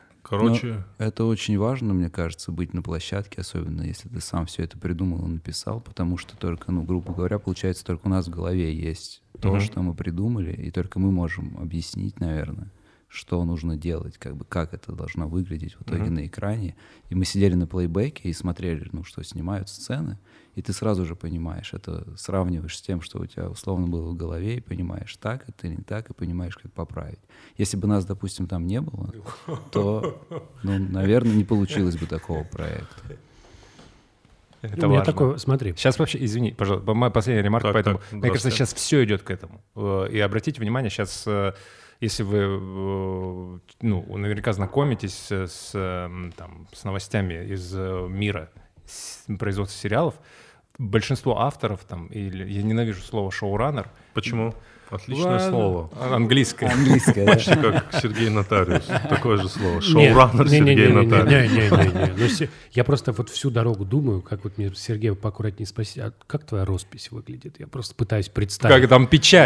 Это очень важно, мне кажется, быть на площадке, особенно если ты сам все это придумал и написал, потому что только, грубо говоря, получается, только у нас в голове есть то, что мы придумали, и только мы можем объяснить, наверное, что нужно делать, как это должно выглядеть в итоге на экране. И мы сидели на плейбеке и смотрели, что снимают сцены, и ты сразу же понимаешь, это сравниваешь с тем, что у тебя условно было в голове, и понимаешь, так это или не так, и понимаешь, как поправить. Если бы нас, допустим, там не было, то, наверное, не получилось бы такого проекта. Это важно. Такое, смотри. Сейчас вообще, извини, пожалуйста, моя последняя ремарка, поэтому, мне кажется, сейчас все идет к этому. И обратите внимание, сейчас, если вы, наверняка знакомитесь с новостями из мира производства сериалов, большинство авторов, я ненавижу слово «шоураннер». Почему? Отличное слово. Английское. Почти как Сергей Нотариус. Такое же слово. Шоураннер Сергей Нотариус. Не. Я просто всю дорогу думаю, как мне Сергей поаккуратнее спросить, а как твоя роспись выглядит? Я просто пытаюсь представить. Как там печать?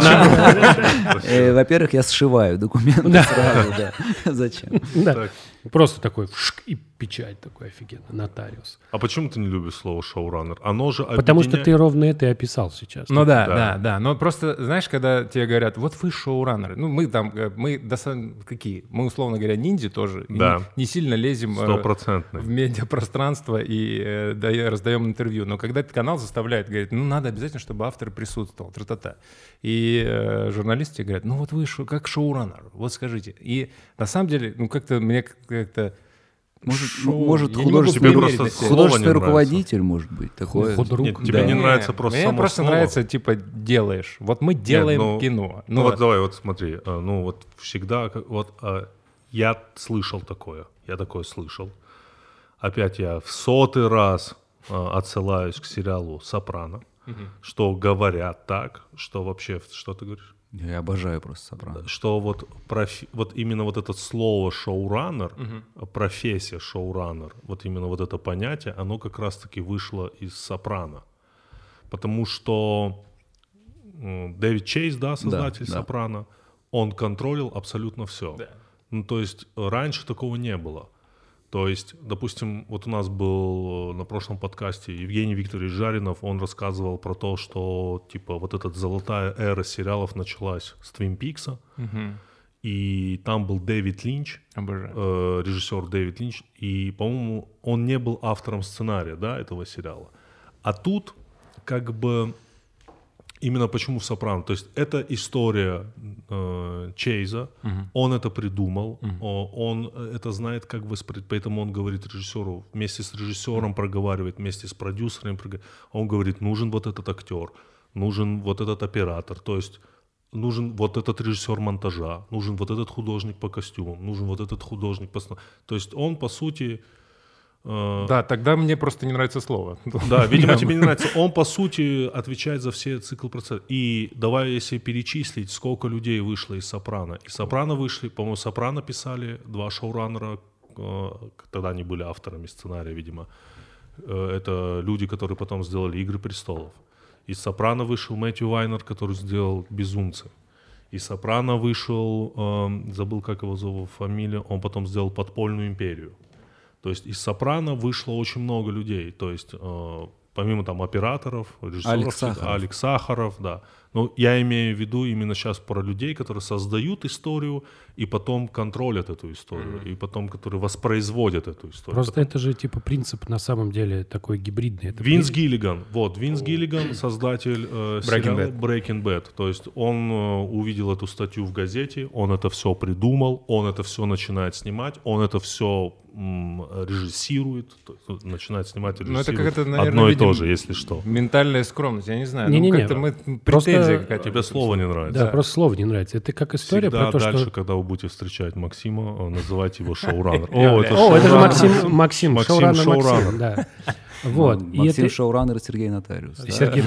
Зачем? Во-первых, я сшиваю документы сразу, да. Зачем? Просто такой и печать такой офигенно, нотариус. А почему ты не любишь слово «шоураннер»? Оно же Потому что ты ровно это и описал сейчас. Да. Но просто, знаешь, когда тебе говорят, вот вы шоураннеры, мы какие? Мы, условно говоря, ниндзя тоже. Да. Не сильно лезем в медиапространство и раздаем интервью. Но когда этот канал заставляет, говорит, надо обязательно, чтобы автор присутствовал. Тра-та-та. И журналисты говорят, вот вы как шоураннер, вот скажите. И на самом деле, как-то мне как-то... Может художественный руководитель, может быть, такое. Нет, тебе не нравится просто само Мне просто слово. нравится, делаешь. Вот мы делаем кино. Давай, смотри. Всегда... я слышал такое. Я такое слышал. Опять я в 100-й раз отсылаюсь к сериалу «Сопрано», что говорят так, что вообще... Что ты говоришь? Я обожаю просто «Сопрано». Что именно это слово «шоураннер», профессия «шоураннер», именно это понятие, оно как раз-таки вышло из «Сопрано». Потому что Дэвид Чейз, создатель «Сопрано», он контролил абсолютно все. Да. То есть раньше такого не было. То есть, допустим, вот у нас был на прошлом подкасте Евгений Викторович Жаринов, он рассказывал про то, что типа вот эта золотая эра сериалов началась с Твин Пикса, и там был Дэвид Линч, режиссер Дэвид Линч, и, по-моему, он не был автором сценария, да, этого сериала. А тут как бы именно почему в «Сопрано», то есть это история Чейза, он это придумал, он это знает, как воспринимать, поэтому он говорит режиссеру, вместе с режиссером проговаривает, вместе с продюсером, он говорит, нужен вот этот актер, нужен вот этот оператор, то есть нужен вот этот режиссер монтажа, нужен вот этот художник по костюмам, нужен вот этот художник по... То есть он, по сути... Да, тогда мне просто не нравится слово. Да, видимо, тебе не нравится. Он, по сути, отвечает за все цикл процесса. И давай, если перечислить, сколько людей вышло из «Сопрано». Из «Сопрано» вышли, по-моему, «Сопрано» писали 2 шоураннера, тогда они были авторами сценария, видимо. Это люди, которые потом сделали «Игры престолов». Из «Сопрано» вышел Мэтью Вайнер, который сделал «Безумцы». Из «Сопрано» вышел, забыл, как его зовут, фамилия, он потом сделал «Подпольную империю». То есть из «Сопрано» вышло очень много людей. То есть помимо там операторов, режиссеров, Алекс Сахаров, да. Но я имею в виду именно сейчас про людей, которые создают историю и потом контролят эту историю, и потом, которые воспроизводят эту историю. Просто это же типа принцип на самом деле такой гибридный. Это Винс Гиллиган, Винс Гиллиган, создатель сериала Breaking Bad. То есть он увидел эту статью в газете, он это все придумал, он это все начинает снимать, он это все режиссирует, начинает снимать и режиссирует. Это, наверное, одно и то же, если что. Ментальная скромность, я не знаю. Претензия какая-то. Тебе слово не нравится. Да, просто слово не нравится. Это как история всегда про то, дальше, что... когда вы будете встречать Максима, называйте его шоураннер. Это же Максим, шоураннер Максим, да. Вот. Максим шоураннер, Сергей нотариус. Сергей,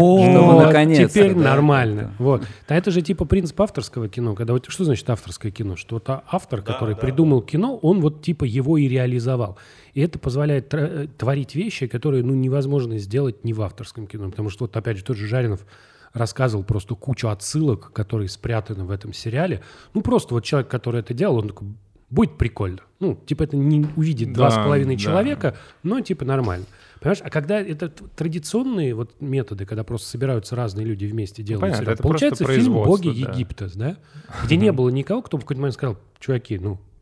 вот, теперь нормально. Вот. А это же типа принцип авторского кино. Когда вот что значит авторское кино? Что вот автор, который придумал кино, он вот типа его и реализовал. И это позволяет творить вещи, которые невозможно сделать не в авторском кино. Потому что вот опять же тот же Жаринов рассказывал просто кучу отсылок, которые спрятаны в этом сериале. Ну просто вот человек, который это делал, он такой, будет прикольно. Ну типа это не увидит 2,5 человека, но типа нормально. Понимаешь? А когда это традиционные вот методы, когда просто собираются разные люди вместе делают сериал, получается фильм «Боги Египта», да? Где не было никого, кто в какой-то момент сказал, чуваки,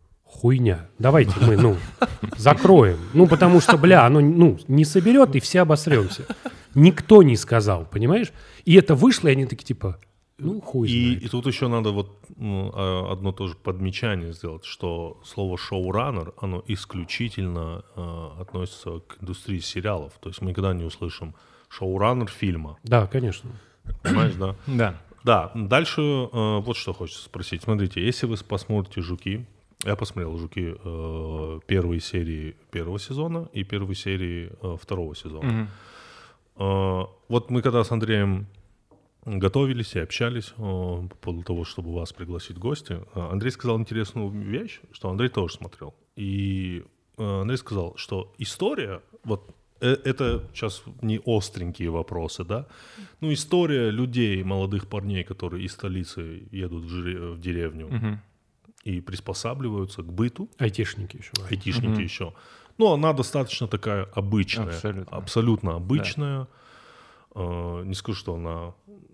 хуйня, давайте мы, закроем. Потому что, оно, не соберет, и все обосремся. Никто не сказал, понимаешь? И это вышло, и они такие, типа, хуй знает. И тут еще надо одно тоже подмечание сделать, что слово «шоураннер», оно исключительно относится к индустрии сериалов. То есть мы никогда не услышим «шоураннер» фильма. Да, конечно. Понимаешь, да? Да. Да, дальше вот что хочется спросить. Смотрите, если вы посмотрите «Жуки», я посмотрел «Жуки» первые серии первого сезона и первые серии второго сезона. Вот мы когда с Андреем готовились и общались по поводу того, чтобы вас пригласить в гости, Андрей сказал интересную вещь, что Андрей тоже смотрел. И Андрей сказал, что история, вот это сейчас не остренькие вопросы, да, история людей, молодых парней, которые из столицы едут в деревню и приспосабливаются к быту. Айтишники еще. Айтишники еще. Она достаточно такая обычная. Абсолютно обычная. Да. Не скажу, что она...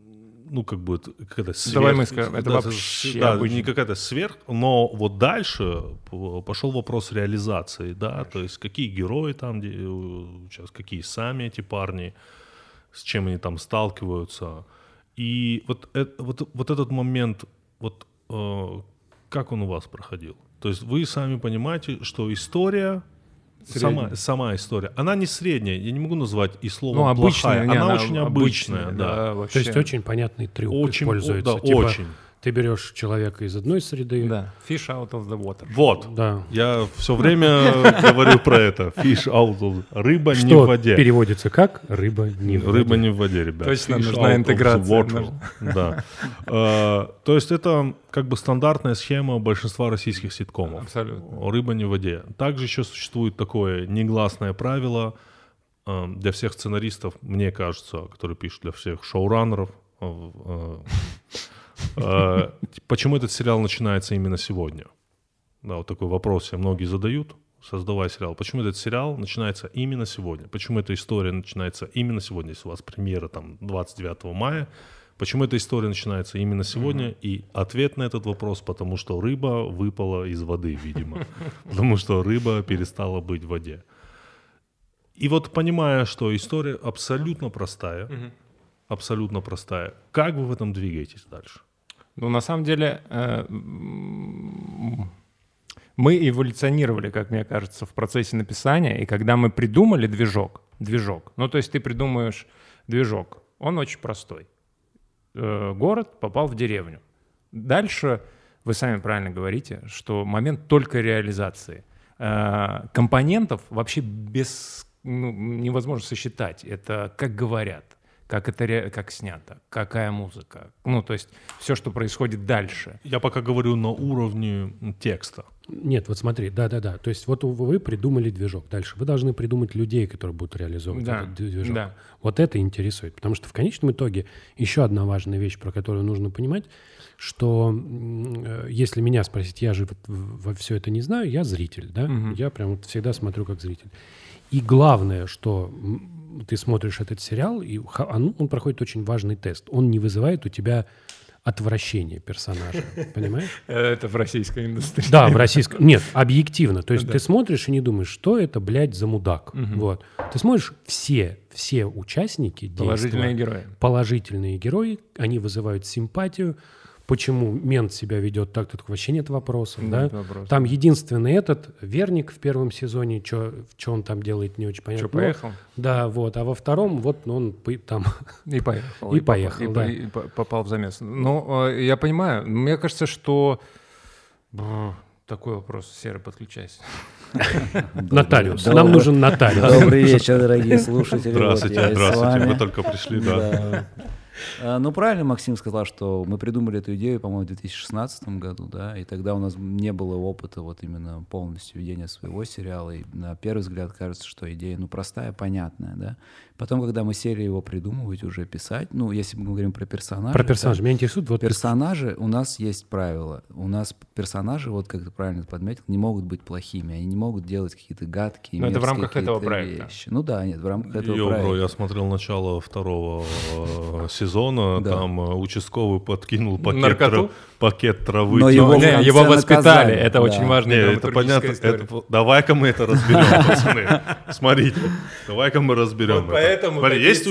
какая-то сверх... Давай мы скажем, это вообще обычно. Не какая-то сверх, но вот дальше пошел вопрос реализации, да, конечно. То есть какие герои там сейчас, какие сами эти парни, с чем они там сталкиваются. И вот этот момент, как он у вас проходил? То есть вы сами понимаете, что история... Сама история. Она не средняя, я не могу назвать и словом плохая. Она очень обычная. Да. То есть очень понятный трюк используется. Очень. Ты берешь человека из одной среды. Да. Fish out of the water. Вот. Да. Я все время говорю про это. Fish out of... Рыба не в воде. Что переводится как? Рыба не в воде. Рыба не в воде, ребят. Точно, нужна интеграция. Да. То есть это как бы стандартная схема большинства российских ситкомов. Абсолютно. Рыба не в воде. Также еще существует такое негласное правило для всех сценаристов, мне кажется, которые пишут для всех шоураннеров. Почему этот сериал начинается именно сегодня? Да, вот такой вопрос себе многие задают. создавая сериал, почему этот сериал начинается именно сегодня, почему эта история начинается именно сегодня, если у вас премьера там 29 мая, почему эта история начинается именно сегодня, и ответ на этот вопрос, потому что рыба выпала из воды, видимо, потому что рыба перестала быть в воде. И вот понимая, что история абсолютно простая, как вы в этом двигаетесь дальше? Ну, на самом деле, мы эволюционировали, как мне кажется, в процессе написания, и когда мы придумали движок, ну, то есть ты придумаешь движок, он очень простой. Город попал в деревню. Дальше, вы сами правильно говорите, что момент только реализации. Компонентов вообще невозможно сосчитать. Это как говорят, как снято, какая музыка. Ну, то есть все, что происходит дальше. Я пока говорю на уровне текста. Нет, вот смотри, да. То есть вот вы придумали движок. Дальше вы должны придумать людей, которые будут реализовывать этот движок. Да. Вот это интересует. Потому что в конечном итоге еще одна важная вещь, про которую нужно понимать, что если меня спросить, я же во все это не знаю, я зритель, да? Я прям вот всегда смотрю как зритель. И главное, что ты смотришь этот сериал, и он проходит очень важный тест. Он не вызывает у тебя отвращение персонажа, понимаешь? Это в российской индустрии. Да, в российской. Нет, объективно. То есть ты смотришь и не думаешь, что это, блядь, за мудак. Вот. Ты смотришь, все участники действия, положительные герои, они вызывают симпатию. Почему мент себя ведет так, тут вообще нет вопросов. Да? Там единственный этот Верник в первом сезоне, что он там делает, не очень понятно. Что, поехал? Да, вот. А во втором вот он там... И поехал. И поехал, да. И попал в замес. Ну, я понимаю. Мне кажется, что... Такой вопрос. Серый, подключайся. Нотариус. Нам нужен нотариус. Добрый вечер, дорогие слушатели. Здравствуйте. Вы только пришли, да. Ну, правильно Максим сказал, что мы придумали эту идею, по-моему, в 2016 году, да, и тогда у нас не было опыта вот именно полностью ведения своего сериала, и на первый взгляд кажется, что идея, простая, понятная, да. Потом, когда мы сели его придумывать, уже писать, если мы говорим про персонажей... Про персонажей, меня интересует... Вот персонажи, у нас есть правила. У нас персонажи, вот как ты правильно подметил, не могут быть плохими, они не могут делать какие-то гадкие, это в рамках этого проекта. Вещи. Ну да, нет, в рамках этого проекта. Бро, я смотрел начало второго сезона, там участковый подкинул пакет травы. Но его воспитали, это очень важно. Это понятно. Давай-ка мы это разберем, пацаны. Смотрите, давай-ка мы разберем это. Смотри, есть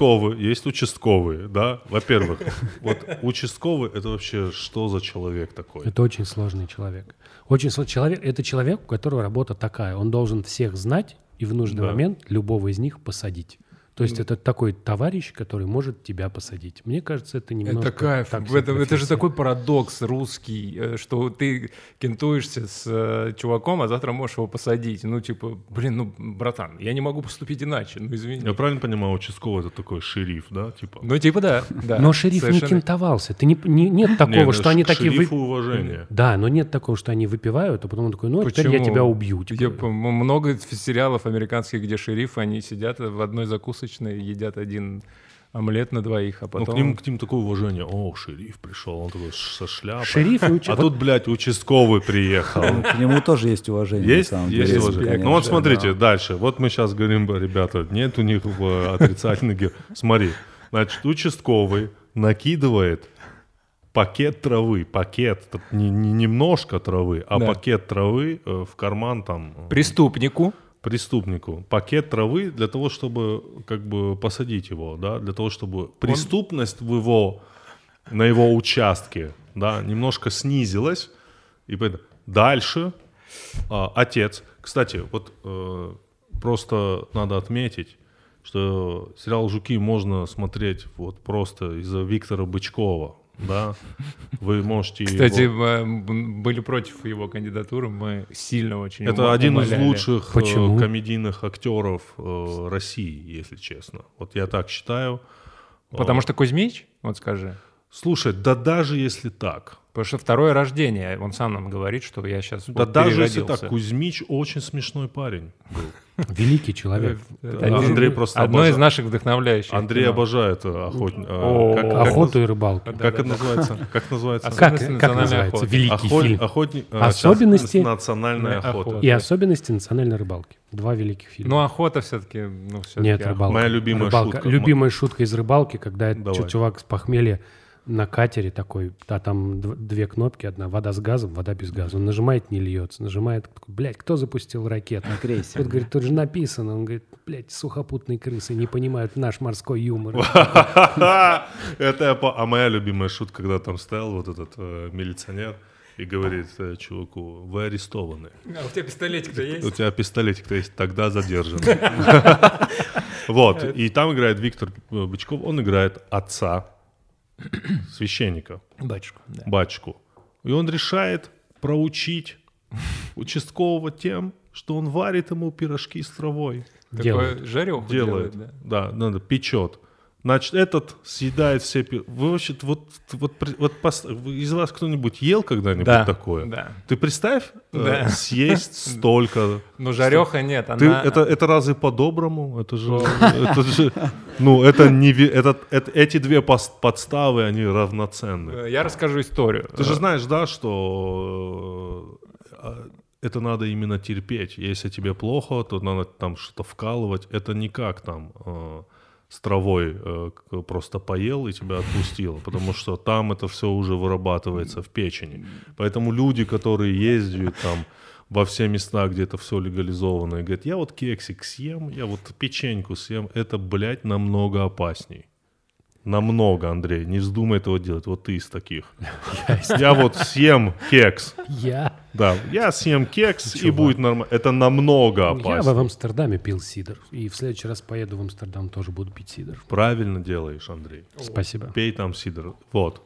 участковые, да, во-первых. Вот участковый — это вообще что за человек такой? Это очень сложный человек. Это человек, у которого работа такая. Он должен всех знать и в нужный момент любого из них посадить. То есть это такой товарищ, который может тебя посадить. Мне кажется, это немножко... Это кайф. Это же такой парадокс русский, что ты кентуешься с чуваком, а завтра можешь его посадить. Братан, я не могу поступить иначе, извини. Я правильно понимаю, участковый — это такой шериф, да? Да. Но шериф совершенно... не кентовался. Нет такого, что они такие... Шерифу уважение. Да, но нет такого, что они выпивают, а потом он такой, теперь я тебя убью. Много сериалов американских, где шерифы, они сидят в одной закусочной, едят один омлет на двоих, а потом... к ним такое уважение. О, шериф пришел, он такой со шляпой. Шериф А тут, блядь, участковый приехал. К нему тоже есть уважение. Есть уважение. Ну вот смотрите, дальше. Вот мы сейчас говорим, ребята, нет у них отрицательных... Смотри, значит, участковый накидывает пакет травы. Пакет, не немножко травы, а пакет травы в карман там... Преступнику, пакет травы для того, чтобы посадить его, да, для того, чтобы преступность на его участке, да, немножко снизилась. И дальше отец. Кстати, вот просто надо отметить, что сериал «Жуки» можно смотреть вот просто из-за Виктора Бычкова. Да, вы можете... Кстати, были против его кандидатуры, мы сильно очень Это один из лучших комедийных актеров России, если честно. Вот я так считаю. Потому что Кузьмич, вот скажи. Слушай, да даже если так. Потому что второе рождение, он сам нам говорит, что я сейчас Да даже если так, Кузьмич очень смешной парень был. Великий человек. Андрей просто одно из наших вдохновляющих. Андрей обожает охоту и рыбалку. Как это называется? Как называется? Как называется? Великий фильм. Особенности национальной охоты. И особенности национальной рыбалки. 2 великих фильма. Ну, охота все-таки... Нет, рыбалка. Моя любимая шутка. Любимая шутка из рыбалки, когда чувак с похмелья на катере такой, там 2 кнопки, одна вода с газом, вода без газа. Он нажимает, не льется. Нажимает, блядь, кто запустил ракету? На крейсере. Тот говорит, тут же написано. Он говорит, блядь, сухопутные крысы не понимают наш морской юмор. А моя любимая шутка, когда там стоял вот этот милиционер и говорит чуваку, вы арестованы. А у тебя пистолетик-то есть? У тебя пистолетик-то есть, тогда задержан. Вот, и там играет Виктор Бычков, он играет отца священника. Батюшку. И он решает проучить участкового тем, что он варит ему пирожки с травой. Такой жарёху делает. Да, надо, печет. Значит, этот съедает все... Вы вообще... Вот из вас кто-нибудь ел когда-нибудь такое? Да. Ты представь, съесть столько... Ну, жареха нет, она... Это разве по-доброму? Это же... Ну, это не... Эти 2 подставы, они равноценны. Я расскажу историю. Ты же знаешь, да, что... Это надо именно терпеть. Если тебе плохо, то надо там что-то вкалывать. Это не как там... с травой просто поел и тебя отпустило, потому что там это все уже вырабатывается в печени. Поэтому люди, которые ездят там во все места, где это все легализовано, и говорят, я вот кексик съем, я вот печеньку съем, это, блядь, намного опасней. Намного, Андрей, не вздумай этого делать, вот ты из таких. Я вот съем кекс. Да, я съем кекс, и будет нормально. Это намного опаснее. Я в Амстердаме пил сидр, и в следующий раз поеду в Амстердам, тоже буду пить сидр. Правильно делаешь, Андрей. Спасибо. Пей там сидр. Вот.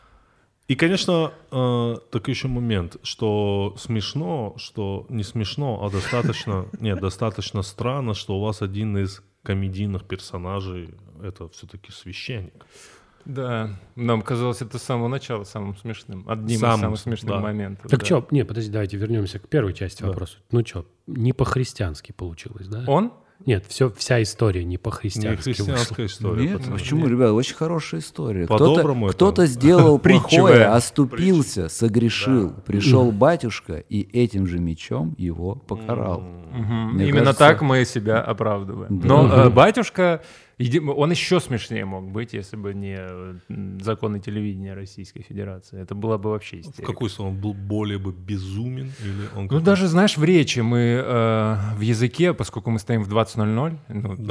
И, конечно, такой еще момент, что смешно, что не смешно, а достаточно странно, что у вас один из комедийных персонажей — это все-таки священник. Да, нам казалось это с самого начала самым смешным, одним из самых смешных моментов. Так что, подожди, давайте вернемся к первой части вопроса. Ну что, не по-христиански получилось, да? Он? Нет, вся история не по-христиански. Не христианская история. Нет, почему, ребята, очень хорошая история. По-доброму кто-то сделал плохое, оступился, согрешил. Пришел батюшка и этим же мечом его покарал. Именно так мы себя оправдываем. Но батюшка... Он еще смешнее мог быть, если бы не законы телевидения Российской Федерации. Это было бы вообще истерика. В какой смысле? Он был более бы безумен? Или он даже, знаешь, в речи мы в языке, поскольку мы стоим в 20:00,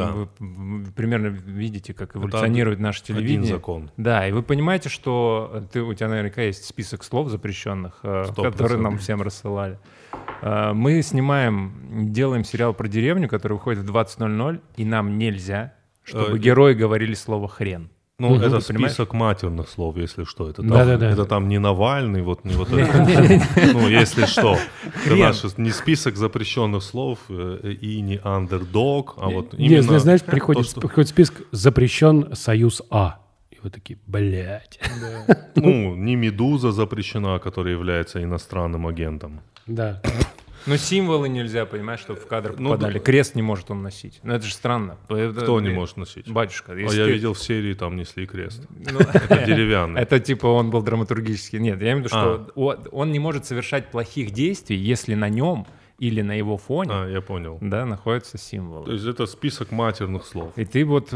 вы примерно видите, как эволюционирует наше телевидение. Один закон. Да, и вы понимаете, что у тебя наверняка есть список слов запрещенных, которые нам всем рассылали. Мы делаем сериал про деревню, который выходит в 20:00, и нам нельзя... чтобы герои говорили слово «хрен». Ну, это список матерных слов, если что. Это там не Навальный, вот не вот это. Ну, если что. Это не список запрещенных слов и не андердог, а вот именно... Нет, знаешь, приходит список «запрещен союз А». И вы такие, блядь. Ну, не «Медуза» запрещена, которая является иностранным агентом. Да. Но символы нельзя, понимаешь, чтобы в кадр попадали. Крест не может он носить. Ну это же странно. Кто не может носить? Батюшка. Я видел в серии, там несли крест. Это деревянный. Это типа он был драматургический. Нет, я имею в виду, что он не может совершать плохих действий, если на нем или на его фоне, я понял, да, находятся символы. То есть это список матерных слов. И ты вот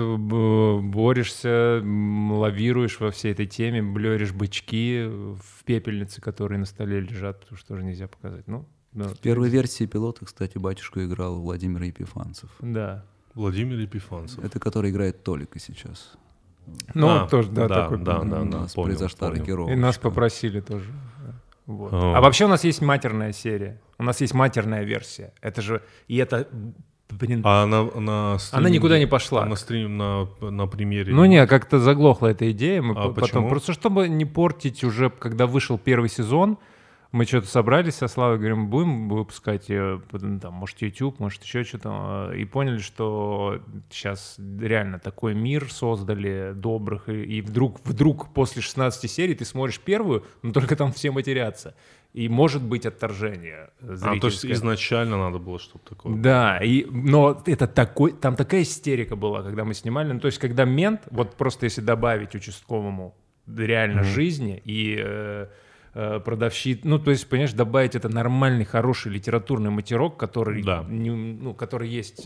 борешься, лавируешь во всей этой теме, блёришь бычки в пепельнице, которые на столе лежат, потому что тоже нельзя показать. Ну, да. В первой версии пилота, кстати, батюшку играл Владимир Епифанцев. Да. Владимир Епифанцев. Это который играет Толика сейчас. Ну, тоже, да, такой. Да, у нас произошла рокировка. И нас попросили тоже. Вот. А вообще у нас есть матерная серия. У нас есть матерная версия. Это же... И это... Блин. А она никуда не пошла. На стрим, на премьере. Ну не, как-то заглохла эта идея. Мы почему? Просто чтобы не портить уже, когда вышел первый сезон, Мы что-то собрались со Славой, говорим, будем выпускать, там, может, YouTube, может, еще что-то, и поняли, что сейчас реально такой мир создали добрых, и вдруг после 16 серий ты смотришь первую, но только там все матерятся. И может быть отторжение зрительское. То есть изначально надо было что-то такое. Да, но это там такая истерика была, когда мы снимали. Ну, то есть когда мент, вот просто если добавить участковому реально жизни и продавщиц, ну, то есть, понимаешь, добавить это нормальный, хороший литературный матерок, который, который есть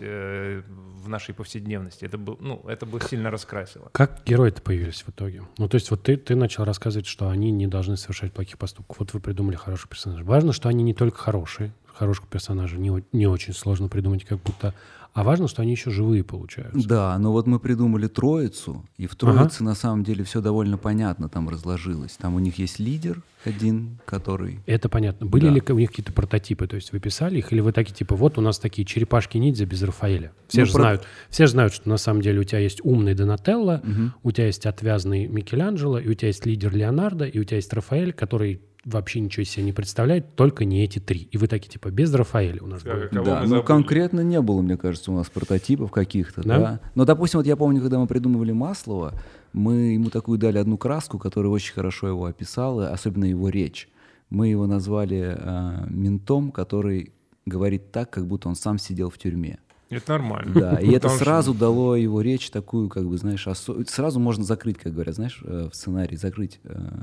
в нашей повседневности. Это бы сильно раскрасило. Как герои-то появились в итоге? Ну, то есть вот ты начал рассказывать, что они не должны совершать плохих поступков. Вот вы придумали хороший персонаж. Важно, что они не только хорошие. Хороших персонажей не очень сложно придумать, как будто... А важно, что они еще живые получаются. Да, но вот мы придумали троицу, и в троице на самом деле все довольно понятно там разложилось. Там у них есть лидер один, который... Это понятно. Были ли у них какие-то прототипы? То есть вы писали их, или вы такие, типа, вот у нас такие черепашки-ниндзя без Рафаэля? Все же знают, что на самом деле у тебя есть умный Донателло, у тебя есть отвязный Микеланджело, и у тебя есть лидер Леонардо, и у тебя есть Рафаэль, который... вообще ничего из себя не представляет, только не эти три. И вы такие, типа, без Рафаэля у нас будет. Да, ну конкретно не было, мне кажется, у нас прототипов каких-то, да. Но, допустим, вот я помню, когда мы придумывали Маслова, мы ему такую дали одну краску, которая очень хорошо его описала, особенно его речь. Мы его назвали ментом, который говорит так, как будто он сам сидел в тюрьме. Это нормально. Да, и это сразу дало его речь такую, как бы, знаешь, сразу можно закрыть, как говорят, знаешь, в сценарии, закрыть...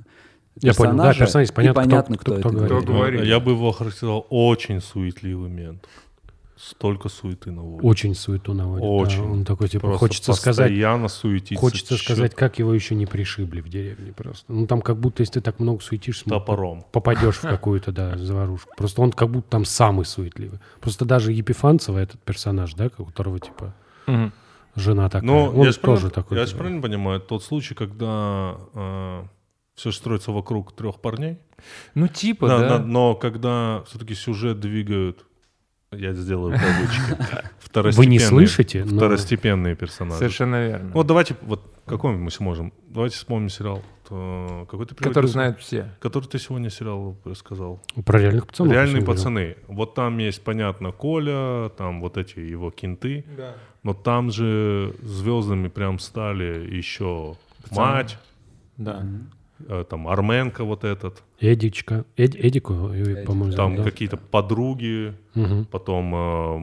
Я понял, да, персонаж, понятно, кто говорит. Я бы его охарактеризовал очень суетливый мент. Столько суеты наводит. Очень суету наводит. Очень. Да. Он такой, типа, просто хочется сказать... постоянно суетится. Хочется сказать, как его еще не пришибли в деревне просто. Ну, там как будто, если ты так много суетишься... Топором. Попадешь в какую-то, да, заварушку. Просто он как будто там самый суетливый. Просто даже Епифанцева, этот персонаж, да, у которого, типа, жена такая, он тоже такой. Я же правильно понимаю, тот случай, когда... все строится вокруг 3 парней. Ну, типа, да. Но когда все-таки сюжет двигают, я сделаю кавычки, вы не слышите, второстепенные персонажи. Совершенно верно. Вот давайте, вот какой мы сможем. Давайте вспомним сериал. Какой ты который знают все. Который ты сегодня сериал рассказал. Про реальных пацанов. «Реальные пацаны». Вот там есть, понятно, Коля, там вот эти его кенты. Да. Но там же звездами прям стали еще мать. Да. Там Арменко вот этот. Эдику, по-моему. Там какие-то подруги, потом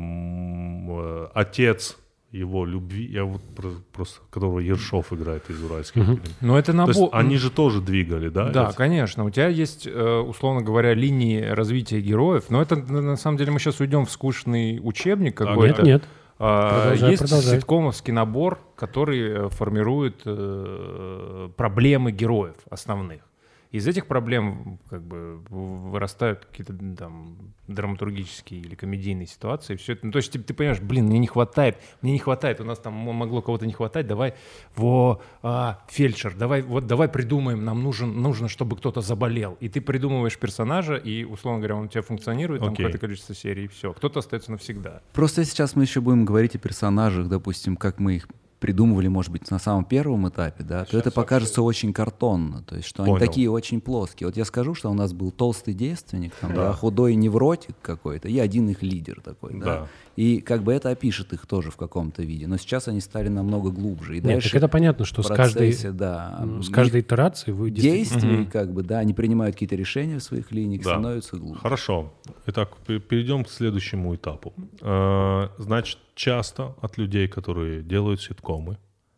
отец его любви, я вот просто, которого Ершов играет из «Уральских пельменей». Но это набор. То есть они же тоже двигали, да? Да, конечно. У тебя есть, условно говоря, линии развития героев, но это, на самом деле, мы сейчас уйдем в скучный учебник какой-то. Нет. Есть ситкомовский набор, который формирует проблемы героев основных. Из этих проблем как бы вырастают какие-то там драматургические или комедийные ситуации. Все это, ну, то есть ты понимаешь, мне не хватает, у нас там могло кого-то не хватать, давай, фельдшер, давай придумаем, нам нужно, чтобы кто-то заболел. И ты придумываешь персонажа, и, условно говоря, он у тебя функционирует, там какое-то количество серий, и все. Кто-то остается навсегда. Просто сейчас мы еще будем говорить о персонажах, допустим, как мы их придумывали, может быть, на самом первом этапе, да, то это покажется очень картонно, то есть, что они такие очень плоские. Вот я скажу, что у нас был толстый девственник, там, да, худой невротик какой-то и один их лидер такой, да. И как бы это опишет их тоже в каком-то виде. Но сейчас они стали намного глубже. И дальше, так это понятно, что с каждой итерацией вы действий, как бы, да, они принимают какие-то решения в своих линиях, становятся глубже. Хорошо. Итак, перейдем к следующему этапу. Значит, часто от людей, которые делают ситкомы,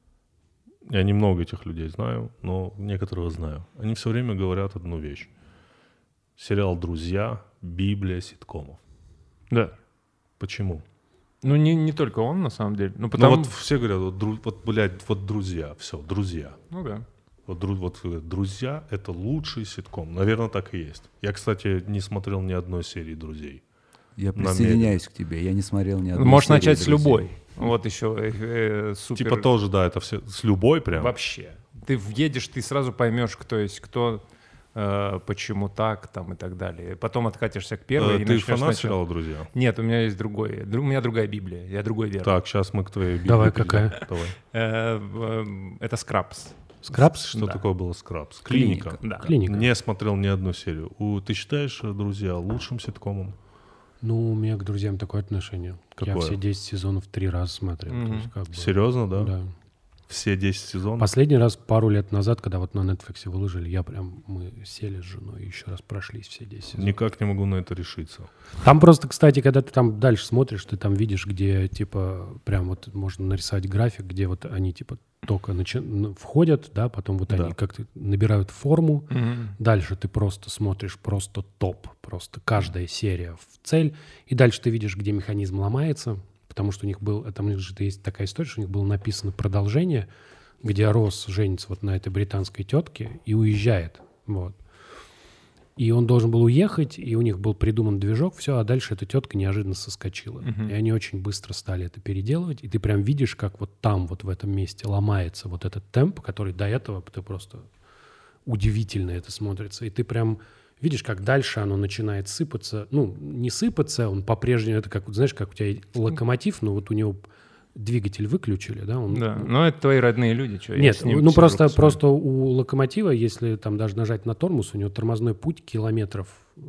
я немного этих людей знаю, но некоторых знаю, они все время говорят одну вещь. Сериал «Друзья» — библия ситкомов. Да. Почему? Ну, не только он, на самом деле. Ну, вот все говорят, вот «Друзья», все, «Друзья». Ну да. Вот «Друзья» — это лучший ситком. Наверное, так и есть. Я, кстати, не смотрел ни одной серии «Друзей». Я присоединяюсь к тебе, я не смотрел ни одной Можешь серии начать с «Друзей». любой. Вот еще супер... Типа тоже, да, это все с любой прям? Вообще. Ты въедешь, ты сразу поймешь, кто есть кто, почему так, там и так далее. Потом откатишься к первой. Ты фанат сериала «Друзья»? Нет, у меня есть другой. У меня другая Библия, я другой верю. Так, сейчас мы к твоей Библии. Давай, какая? Давай. Это «Скрабс». Скрабс? Что такое было Скрабс? Клиника. Да. Клиника. Не смотрел ни одну серию. Ты считаешь, друзья, лучшим ситкомом? Ну, у меня к друзьям такое отношение. Какое? Я все 10 сезонов 3 раза смотрел. То есть, как бы, Серьезно, да? да. Все 10 сезонов? Последний раз пару лет назад, когда вот на Netflix выложили, мы сели с женой и еще раз прошлись все 10 сезонов. Никак не могу на это решиться. Там просто, кстати, когда ты там дальше смотришь, ты там видишь, где, типа, прям вот можно нарисовать график, где вот они, типа, только входят, да, потом вот они как-то набирают форму. Дальше ты просто смотришь просто топ, просто каждая серия в цель. И дальше ты видишь, где механизм ломается, потому что у них там же есть такая история, что у них было написано продолжение, где Росс женится вот на этой британской тетке и уезжает, вот. И он должен был уехать, и у них был придуман движок, все, а дальше эта тетка неожиданно соскочила. И они очень быстро стали это переделывать, и ты прям видишь, как вот там, вот в этом месте ломается вот этот темп, который до этого ты просто удивительно это смотрится. И ты прям видишь, как дальше оно начинает сыпаться. Ну, не сыпаться, он по-прежнему, это как, знаешь, как у тебя локомотив, но вот у него двигатель выключили, да? Да, но это твои родные люди. Что, нет, ну просто у локомотива, если там даже нажать на тормоз, у него тормозной путь километра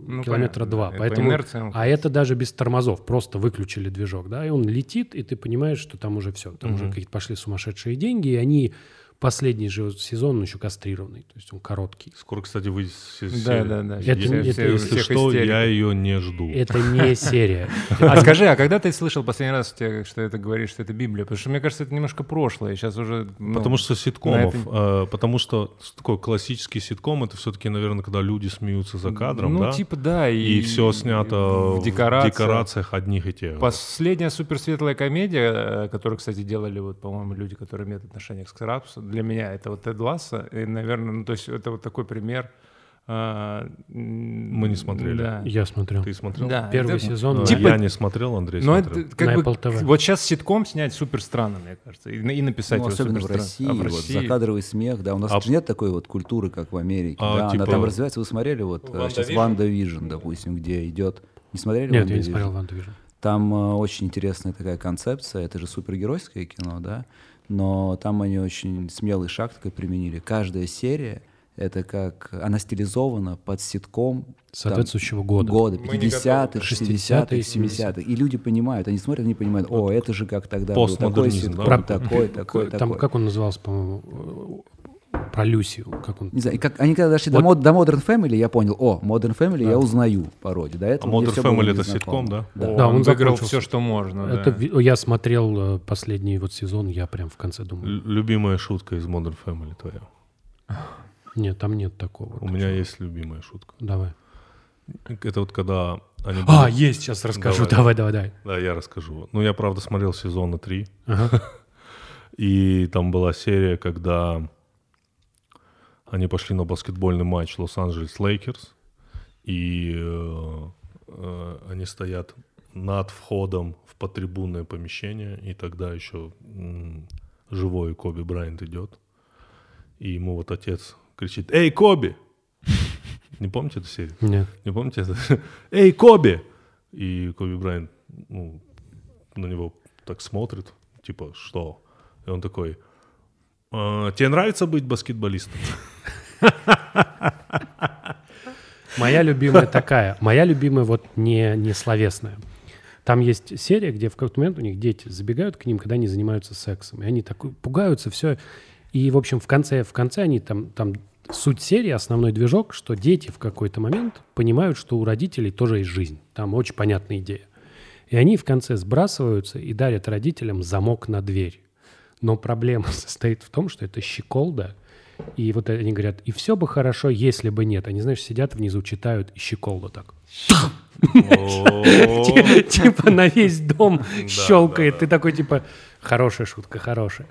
2. Поэтому, это даже без тормозов, просто выключили движок, да, и он летит, и ты понимаешь, что там уже все, там уже какие-то пошли сумасшедшие деньги, и они... Последний же сезон, он еще кастрированный, то есть он короткий. Скоро, кстати, выйдет серия. Да. Если что, я ее не жду. Это не серия. А скажи, а когда ты слышал последний раз, что это говоришь, что это Библия? Потому что, мне кажется, это немножко прошлое, сейчас уже... Потому что ситкомов, потому что такой классический ситком, это все-таки, наверное, когда люди смеются за кадром, да? Ну, типа, да. И все снято в декорациях одних и тех. Последняя суперсветлая комедия, которую, кстати, делали, вот, по-моему, люди, которые имеют отношение к Скрабсу, для меня это вот Тед Лассо, и, наверное, ну, то есть это вот такой пример. Мы не смотрели. Да. Я смотрел. Ты смотрел? Да. Первый сезон. Типа, я не смотрел, Андрей смотрел. Это, как бы, вот сейчас ситком снять супер странно, мне кажется, и написать его особенно супер в России, вот, закадровый смех, да, у нас же нет такой вот культуры, как в Америке, да, типа... она там развивается. Вы смотрели вот сейчас «Ванда Вижн», допустим, где идет... Не смотрели? Нет, я не смотрел «Ванда Вижн». Там очень интересная такая концепция, это же супергеройское кино, да, но там они очень смелый шаг такой применили. Каждая серия — это как... Она стилизована под ситком соответствующего года. 50-х, 60-х, 70-х. И люди понимают, они смотрят, они понимают, это же как тогда был такой ситком, такой. Там, как он назывался, по-моему... Про Люсию, как он... Не знаю, они когда дошли до Modern Family, я понял, Modern Family я узнаю пародию. До этого Modern Family — это ситком, да? Да, он выиграл все, что можно. Я смотрел последний вот сезон, я прям в конце думаю. Любимая шутка из Modern Family твоя? Нет, там нет такого. У меня есть любимая шутка. Давай. Это вот когда они... Есть, сейчас расскажу. Давай. Да, я расскажу. Ну, я, правда, смотрел сезона 3. И там была серия, когда... Они пошли на баскетбольный матч Лос-Анджелес Лейкерс, и они стоят над входом в подтрибунное помещение, и тогда еще живой Коби Брайант идет, и ему вот отец кричит: «Эй, Коби!» Не помните эту серию? Нет. Не помните это? «Эй, Коби!» И Коби Брайант на него так смотрит, типа, что? И он такой: «Тебе нравится быть баскетболистом?» Моя любимая такая. Моя любимая вот не словесная. Там есть серия, где в какой-то момент у них дети забегают к ним, когда они занимаются сексом. И они так пугаются, все. И, в общем, в конце они там суть серии, основной движок, что дети в какой-то момент понимают, что у родителей тоже есть жизнь. Там очень понятная идея. И они в конце сбрасываются и дарят родителям замок на дверь. Но проблема состоит в том, что это щеколда. И вот они говорят: и все бы хорошо, если бы нет. Они, знаешь, сидят внизу, читают, и щеколда так. Типа на весь дом щелкает. Ты такой, типа, хорошая шутка, хорошая.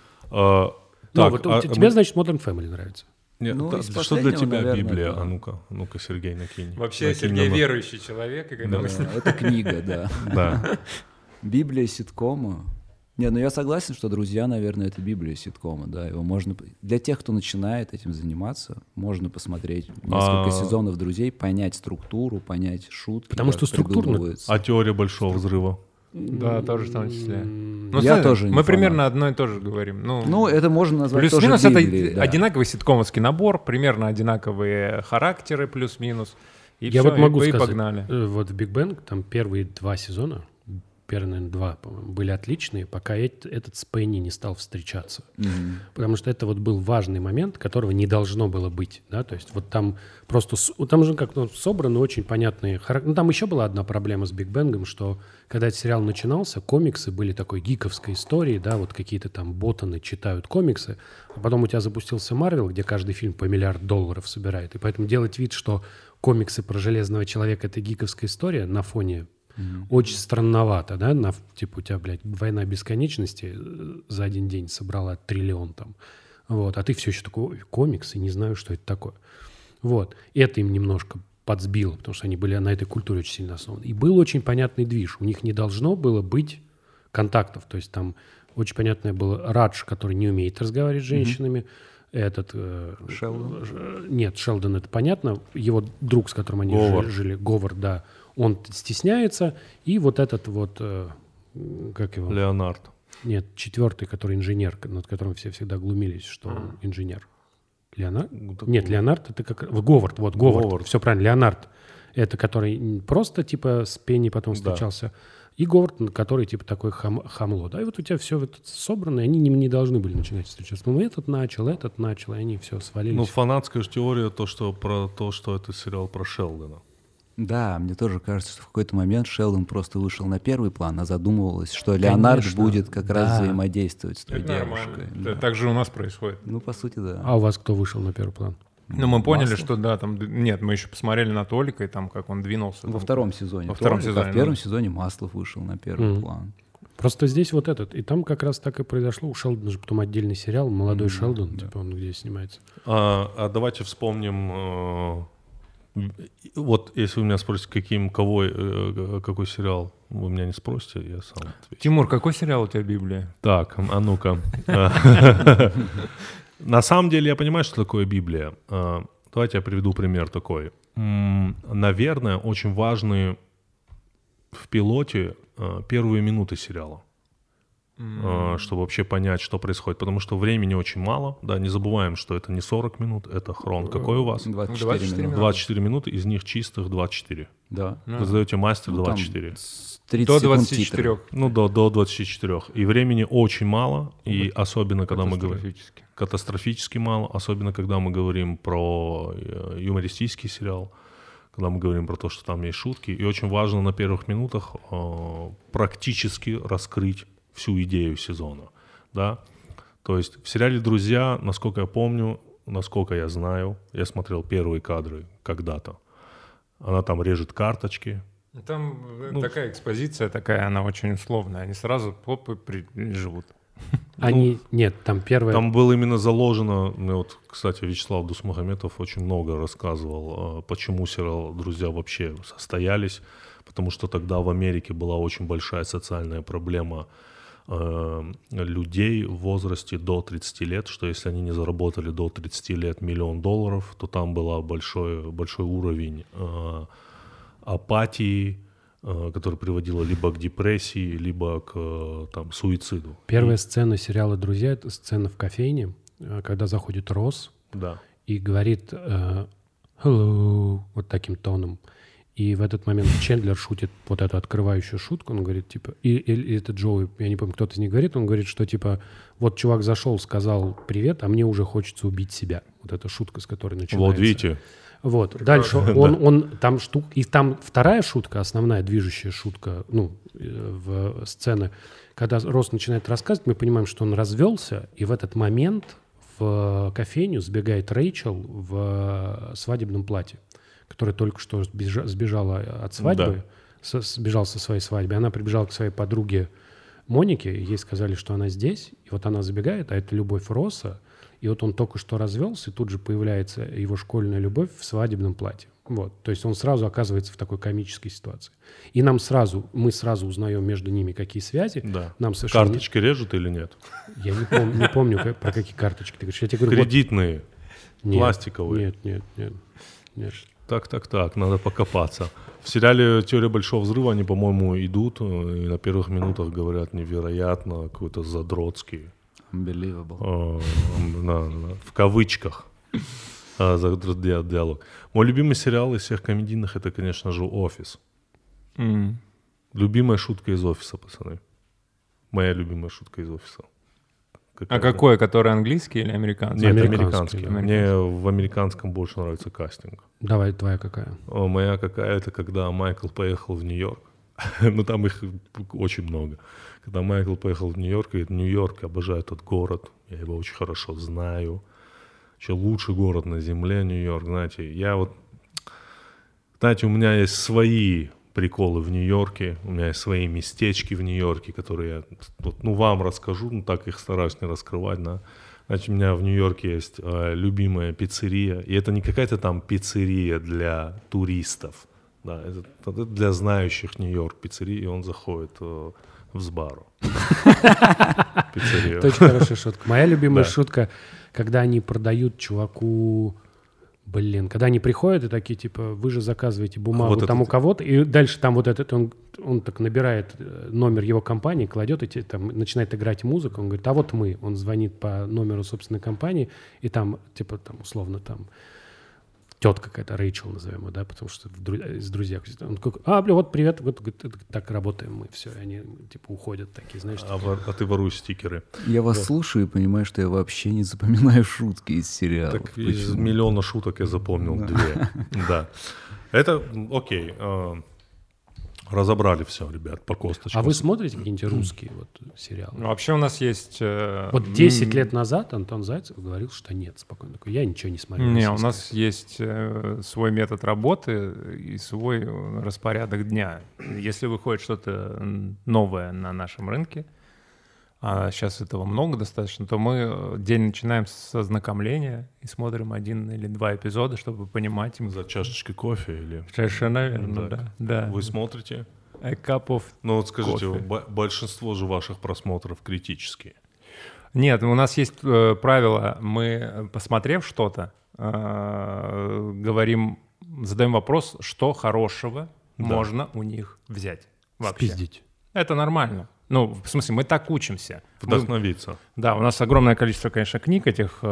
Тебе, значит, Modern Family нравится? Нет, что для тебя, наверное, Библия? Да. А ну-ка, Сергей, накинь. Вообще, Сергей верующий человек. Это книга, да. Библия ситкома. Не, я согласен, что «Друзья», наверное, это Библия ситкома, да. Его можно... Для тех, кто начинает этим заниматься, можно посмотреть несколько сезонов «Друзей», понять структуру, понять шутки. Потому что структурно. А «Теория большого взрыва»? Да, тоже в том числе. Я тоже не Мы фанат. примерно одно и то же говорим. Ну, это можно назвать тоже плюс-минус Библией, это одинаковый ситкомовский набор, примерно одинаковые характеры, плюс-минус. И Я все, вот могу и сказать, погнали. вот в Big Bang там первые 2 сезона, первые, наверное, 2, по-моему, были отличные, пока этот с Пенни не стал встречаться. Потому что это вот был важный момент, которого не должно было быть. Да? То есть вот там просто... Там же как-то собраны очень понятные... Ну, там еще была одна проблема с Биг Бэнгом, что когда этот сериал начинался, комиксы были такой гиковской историей, да, вот какие-то там ботаны читают комиксы, а потом у тебя запустился Марвел, где каждый фильм по $1 миллиард собирает. И поэтому делать вид, что комиксы про Железного Человека — это гиковская история на фоне... Очень странновато, да? Типа у тебя, блядь, «Война бесконечности» за один день собрала 1 триллион там. Вот. А ты все еще такой: комиксы, не знаю, что это такое. Вот. И это им немножко подсбило, потому что они были на этой культуре очень сильно основаны. И был очень понятный движ. У них не должно было быть контактов. То есть там очень понятное было Радж, который не умеет разговаривать с женщинами. Этот... Шелдон? Нет, Шелдон, это понятно. Его друг, с которым они жили, Говард, да. Он стесняется, и вот этот вот, как его? Леонард. Нет, 4-й, который инженер, над которым все всегда глумились, что он инженер. Леонард? Нет, Леонард это как... Говард, вот, Говард. Все правильно, Леонард. Это который просто типа с Пенни потом встречался. Да. И Говард, который типа такой хамло. Да, и вот у тебя все собрано, и они не должны были начинать встречаться. Ну, этот начал, и они все свалились. Ну, фанатская же теория, про то, что это сериал про Шелдона. Да, мне тоже кажется, что в какой-то момент Шелдон просто вышел на первый план, а задумывалось, что Леонард будет как раз взаимодействовать с той девушкой. Да. Так же у нас происходит. Ну, по сути, да. А у вас кто вышел на первый план? Ну, мы поняли, что да, там... Нет, мы еще посмотрели на Толика, и там, как он двинулся. Во втором сезоне. Во втором сезоне. А в первом сезоне Маслов вышел на первый план. Просто здесь вот этот. И там как раз так и произошло. У Шелдона же потом отдельный сериал «Молодой Шелдон». Типа он где снимается. А давайте вспомним... Вот если вы меня спросите, какой сериал, вы меня не спросите, я сам отвечу. Тимур, какой сериал у тебя Библия? Так, а ну-ка. На самом деле я понимаю, что такое Библия. Давайте я приведу пример такой. Наверное, очень важны в пилоте первые минуты сериала, чтобы вообще понять, что происходит. Потому что времени очень мало. Да, не забываем, что это не 40 минут, это хрон. Какой у вас? 24 минуты. 24 минуты, из них чистых 24. Да. Вы задаете мастер 24. 30 до секунд 24. титры. Ну, до 24. И времени очень мало. И особенно, когда мы говорим... Катастрофически мало. Особенно, когда мы говорим про юмористический сериал. Когда мы говорим про то, что там есть шутки. И очень важно на первых минутах практически раскрыть всю идею сезона. Да? То есть в сериале «Друзья», насколько я помню, насколько я знаю, я смотрел первые кадры когда-то. Она там режет карточки. Там такая экспозиция, такая, она очень условная. Они сразу живут. Нет, там первое... Там было именно заложено, вот, кстати, Вячеслав Дусмухаметов очень много рассказывал, почему сериал «Друзья» вообще состоялись, потому что тогда в Америке была очень большая социальная проблема людей в возрасте до 30 лет, что если они не заработали до 30 лет $1 миллион, то там был большой уровень апатии, которая приводила либо к депрессии, либо к суициду. Первая сцена сериала «Друзья» — это сцена в кофейне, когда заходит Росс и говорит «hello» вот таким тоном. И в этот момент Чендлер шутит вот эту открывающую шутку. Он говорит, типа... И это Джоуи, я не помню, кто-то из них говорит. Он говорит, что, типа, вот чувак зашел, сказал «привет», а мне уже хочется убить себя. Вот эта шутка, с которой начинается. Вот видите. Вот. Дальше он там и там вторая шутка, основная движущая шутка, в сцене, когда Росс начинает рассказывать, мы понимаем, что он развелся, и в этот момент в кофейню сбегает Рэйчел в свадебном платье, которая только что сбежала от свадьбы, сбежала со своей свадьбы. Она прибежала к своей подруге Монике, ей сказали, что она здесь, и вот она забегает, а это любовь Росса. И вот он только что развелся, и тут же появляется его школьная любовь в свадебном платье. Вот. То есть он сразу оказывается в такой комической ситуации. И мы сразу узнаем между ними какие связи. Да. Нам совершенно... Карточки режут или нет? Я не помню, про какие карточки ты говоришь. Я тебе говорю, кредитные, пластиковые. Нет. Так, надо покопаться. В сериале «Теория большого взрыва» они, по-моему, идут и на первых минутах говорят невероятно, какой-то задротский. Unbelievable. В кавычках. Диалог. Мой любимый сериал из всех комедийных — это, конечно же, «Офис». Любимая шутка из «Офиса», пацаны. Моя любимая шутка из «Офиса». Какой? Который английский или американский? Нет, американский. Мне в американском больше нравится кастинг. Давай, твоя какая? Моя какая — это когда Майкл поехал в Нью-Йорк. Ну, там их очень много. Когда Майкл поехал в Нью-Йорк, говорит: Нью-Йорк, обожаю этот город, я его очень хорошо знаю. Еще лучший город на земле Нью-Йорк, знаете. Знаете, у меня есть свои приколы в Нью-Йорке, у меня есть свои местечки в Нью-Йорке, которые я вам расскажу, так их стараюсь не раскрывать, да. Значит, у меня в Нью-Йорке есть любимая пиццерия, и это не какая-то там пиццерия для туристов, да, это для знающих Нью-Йорк пиццерии, и он заходит в Сбару. Это очень хорошая шутка. Моя любимая шутка, когда они продают чуваку... когда они приходят и такие, типа, вы же заказываете бумагу вот там у кого-то, и дальше там вот этот, он так набирает номер его компании, кладет, и там начинает играть музыку, он говорит: а вот мы. Он звонит по номеру собственной компании, и там, типа, там, условно, там, тетка какая-то, Рэйчел назовем ее, да, потому что из друзей. Он такой: вот привет, вот так работаем мы, все, и они, типа, уходят такие, знаешь. А ты воруешь стикеры. Я вас слушаю и понимаю, что я вообще не запоминаю шутки из сериала. Так из миллиона шуток я запомнил 2. Да. Это окей. Разобрали все, ребят, по косточкам. А вы смотрите какие-нибудь русские сериалы? Вообще у нас есть... 10 лет назад Антон Зайцев говорил, что нет, спокойно. Я ничего не смотрел. Не, у нас есть свой метод работы и свой распорядок дня. Если выходит что-то новое на нашем рынке, а сейчас этого много достаточно, то мы день начинаем с ознакомления и смотрим 1 или 2 эпизода, чтобы понимать. За чашечкой кофе или... Совершенно верно, да. Вы смотрите? A cup of Ну вот скажите, coffee. Большинство же ваших просмотров критические. Нет, у нас есть правило, мы, посмотрев что-то, задаем вопрос, что хорошего можно у них взять вообще. Спиздить. Это нормально. Ну, в смысле, мы так учимся. Вдохновиться. Да, у нас огромное количество, конечно, книг этих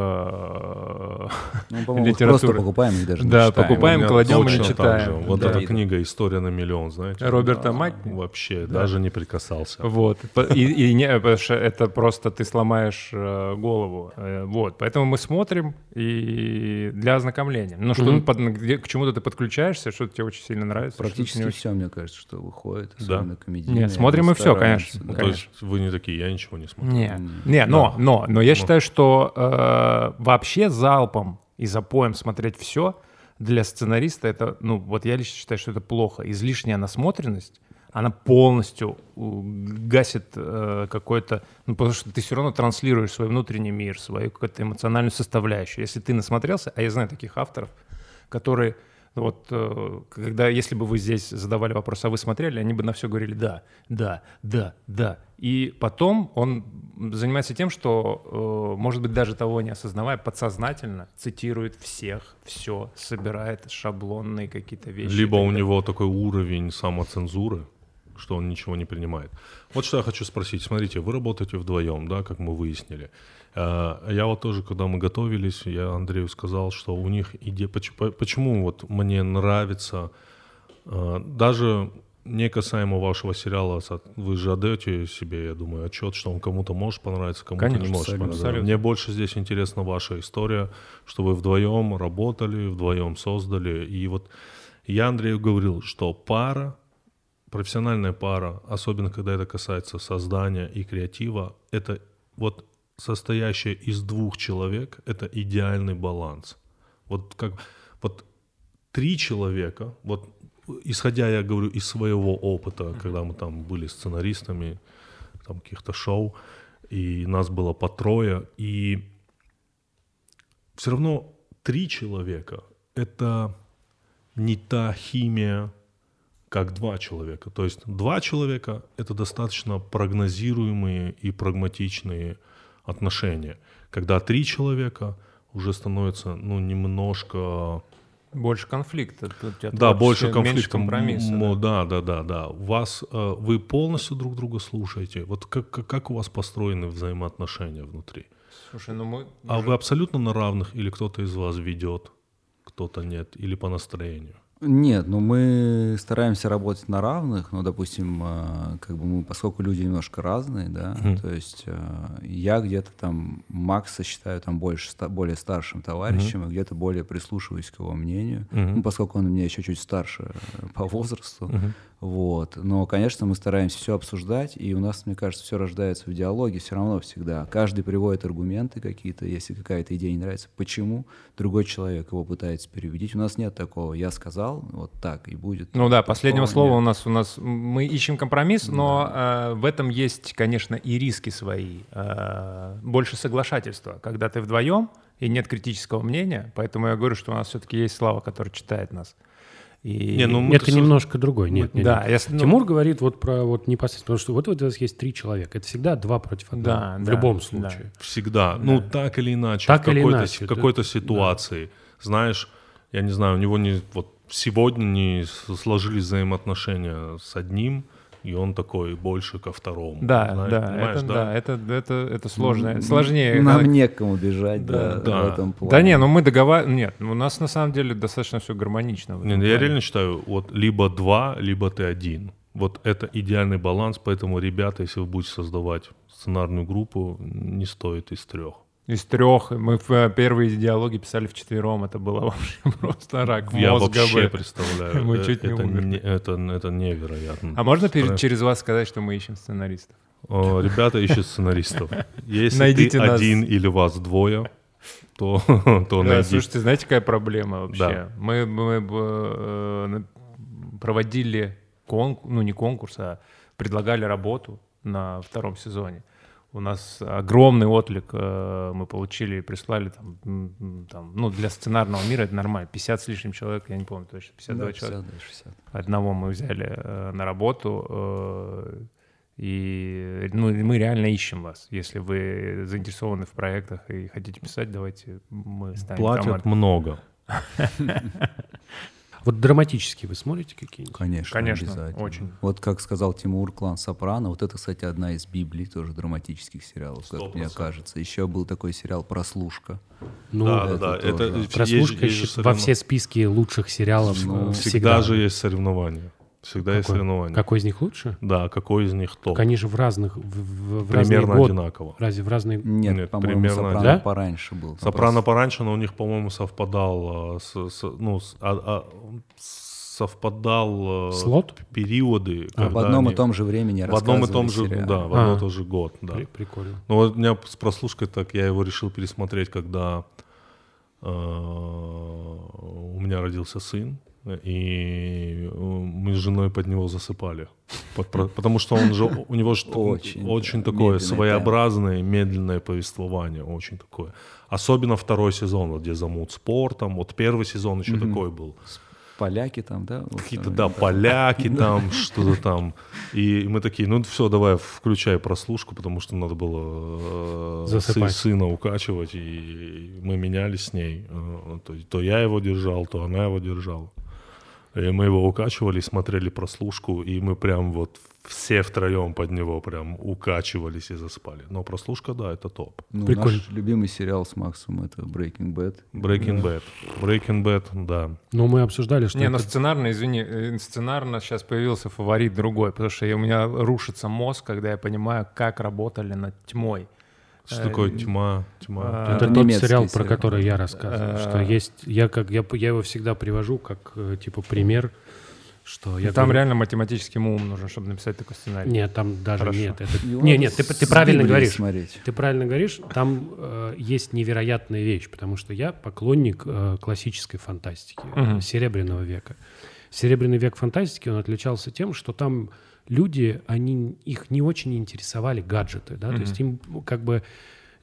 литературы. Просто покупаем их даже не читаем. Да, покупаем, кладем и не читаем. Вот эта книга «История на миллион», знаете? Роберта Матти. Вообще, даже не прикасался. Вот. Потому что это просто ты сломаешь голову. Вот. Поэтому мы смотрим и для ознакомления. Ну, что к чему-то ты подключаешься, что-то тебе очень сильно нравится. Практически все, мне кажется, что выходит, особенно комедийное. Нет, смотрим мы все, конечно. То есть вы не такие: я ничего не смотрю. Но я считаю, что вообще залпом и запоем смотреть все для сценариста это, вот я лично считаю, что это плохо. Излишняя насмотренность, она полностью гасит какой-то, потому что ты все равно транслируешь свой внутренний мир, свою какую-то эмоциональную составляющую. Если ты насмотрелся, а я знаю таких авторов, которые если бы вы здесь задавали вопрос, а вы смотрели, они бы на все говорили да. И потом он занимается тем, что, может быть, даже того не осознавая, подсознательно цитирует всех, все, собирает шаблонные какие-то вещи. Либо у него такой уровень самоцензуры, что он ничего не принимает. Вот что я хочу спросить. Смотрите, вы работаете вдвоем, да, как мы выяснили. Я вот тоже, когда мы готовились, я Андрею сказал, что у них идея... Почему вот мне нравится, даже не касаемо вашего сериала, вы же отдаете себе, я думаю, отчет, что он кому-то может понравиться, кому-то не может понравиться. Мне больше здесь интересна ваша история, что вы вдвоем работали, вдвоем создали. И вот я Андрею говорил, что профессиональная пара, особенно когда это касается создания и креатива, это вот состоящая из 2 человек, это идеальный баланс. Вот 3 человека, вот исходя, я говорю, из своего опыта, когда мы там были сценаристами там каких-то шоу, и нас было по 3, и все равно 3 человека — это не та химия, как 2 человека. То есть 2 человека — это достаточно прогнозируемые и прагматичные отношения. Когда 3 человека, уже становится немножко Больше конфликта. Да, больше конфликта. Меньше компромисса. Да. Вы полностью друг друга слушаете. Вот как у вас построены взаимоотношения внутри? Слушай, ну мы... А вы абсолютно на равных или кто-то из вас ведет, кто-то нет, или по настроению? Нет, мы стараемся работать на равных, но, допустим, как бы мы, поскольку люди немножко разные, да, то есть я где-то там Макса считаю там более старшим товарищем, и где-то более прислушиваюсь к его мнению, ну, поскольку он у меня еще чуть старше по возрасту, вот. Но, конечно, мы стараемся все обсуждать, и у нас, мне кажется, все рождается в диалоге все равно всегда. Каждый приводит аргументы какие-то, если какая-то идея не нравится, почему другой человек его пытается переубедить. У нас нет такого, я сказал, вот так и будет. Ну да, последнего слова у нас мы ищем компромисс, но в этом есть, конечно, и риски свои. Больше соглашательства, когда ты вдвоем и нет критического мнения, поэтому я говорю, что у нас все-таки есть Слава, который читает нас. И... это немножко другой. Нет. Тимур говорит вот про вот непосредственно, потому что вот у вас есть 3 человека. Это всегда 2 против 1. В любом случае. Да. Всегда. Да. Ну, так или иначе. В какой-то ситуации. Да. Знаешь, я не знаю, у него сегодня не сложились взаимоотношения с одним, и он такой больше ко второму. Это сложно. Сложнее. Нам некому бежать, в этом плане. Нет, у нас на самом деле достаточно все гармонично. Я реально считаю, вот либо 2, либо ты 1. Вот это идеальный баланс, поэтому, ребята, если вы будете создавать сценарную группу, не стоит из 3. Из 3. Мы первые диалоги писали вчетвером. Это было вообще просто рак мозга. Я вообще представляю. Мы чуть не умерли. Это невероятно. А можно через вас сказать, что мы ищем сценаристов? Ребята ищут сценаристов. Если ты один или вас 2, то найди. Слушайте, знаете, какая проблема вообще? Мы проводили не конкурс, а предлагали работу на 2 сезоне. У нас огромный отклик мы получили и прислали для сценарного мира это нормально. 50 с лишним человек, я не помню точно, 52 человека. 60. Одного мы взяли на работу, и мы реально ищем вас. Если вы заинтересованы в проектах и хотите писать, давайте мы станем командой. Платят много. Вот драматические вы смотрите какие-нибудь? Конечно, обязательно. Очень. Вот как сказал Тимур, «Клан Сопрано». Вот это, кстати, одна из библий тоже драматических сериалов, как 100%. Мне кажется. Еще был такой сериал «Прослушка». «Прослушка» во все списки лучших сериалов всегда же есть соревнования. Всегда есть соревнования. Какой из них лучше? Да, какой из них топ. Они же в разных примерно разные одинаково. Разве в разные... Нет, по-моему, примерно «Сопрано» пораньше был. «Сопрано» пораньше, но у них, по-моему, совпадал слот? Периоды. В одном и том же времени в одном и том же, в одном и том же год. Да. Прикольно. Ну вот у меня с «Прослушкой» так, я его решил пересмотреть, когда у меня родился сын. И мы с женой под него засыпали. Потому что у него же очень такое своеобразное, медленное повествование. Очень такое. Особенно 2 сезон, где замут спортом. Вот 1 сезон еще такой был. Поляки там, да? Какие-то, поляки там, что-то там. И мы такие, все, давай, включай «Прослушку», потому что надо было сына укачивать. И мы менялись с ней. То я его держал, то она его держала. И мы его укачивали, смотрели «Прослушку», и мы прям вот все втроем под него прям укачивались и заспали. Но «Прослушка», да, это топ. Наш любимый сериал с Максом — это «Breaking Bad». Breaking Bad, да. Но мы обсуждали, что... сценарно сейчас появился фаворит другой, потому что у меня рушится мозг, когда я понимаю, как работали над «Тьмой». Что такое «Тьма»? Это тот сериал, про который я рассказывал. Что есть, я его всегда привожу как типа пример, что я там реально математическим умом нужно, чтобы написать такой сценарий. Нет, там даже нет. Нет, ты правильно говоришь. Ты правильно говоришь. Там есть невероятная вещь, потому что я поклонник классической фантастики, Серебряного века. Серебряный век фантастики, он отличался тем, что там люди, их не очень интересовали гаджеты, да, то есть им как бы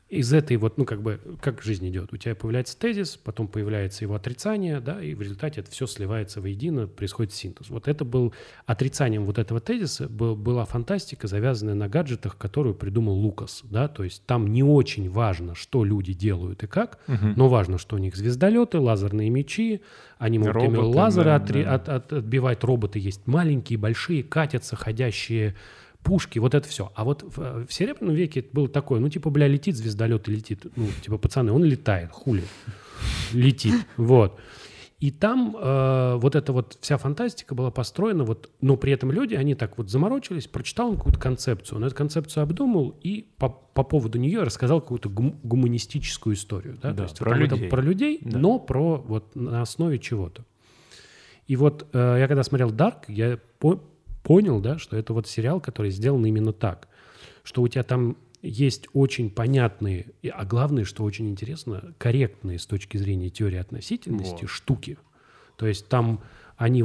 из этой вот, как жизнь идет. У тебя появляется тезис, потом появляется его отрицание, да, и в результате это все сливается воедино, происходит синтез. Вот это был отрицанием вот этого тезиса, была фантастика, завязанная на гаджетах, которую придумал Лукас, да, то есть там не очень важно, что люди делают и как, но важно, что у них звездолеты, лазерные мечи, они могут лазеры отбивать, роботы есть маленькие, большие, катятся, ходящие пушки, вот это все. А вот в Серебряном веке было такое, летит звездолет и летит. Пацаны, он летает, хули. Летит, вот. И там вот эта вот вся фантастика была построена, но при этом люди, они так вот заморочились, прочитал он какую-то концепцию, он эту концепцию обдумал и по поводу нее рассказал какую-то гуманистическую историю. Да? Да, то есть про людей. Это про людей, да. Но про вот на основе чего-то. И вот я когда смотрел «Дарк», я понял, да, что это вот сериал, который сделан именно так, что у тебя там есть очень понятные, а главное, что очень интересно, корректные с точки зрения теории относительности штуки. То есть там они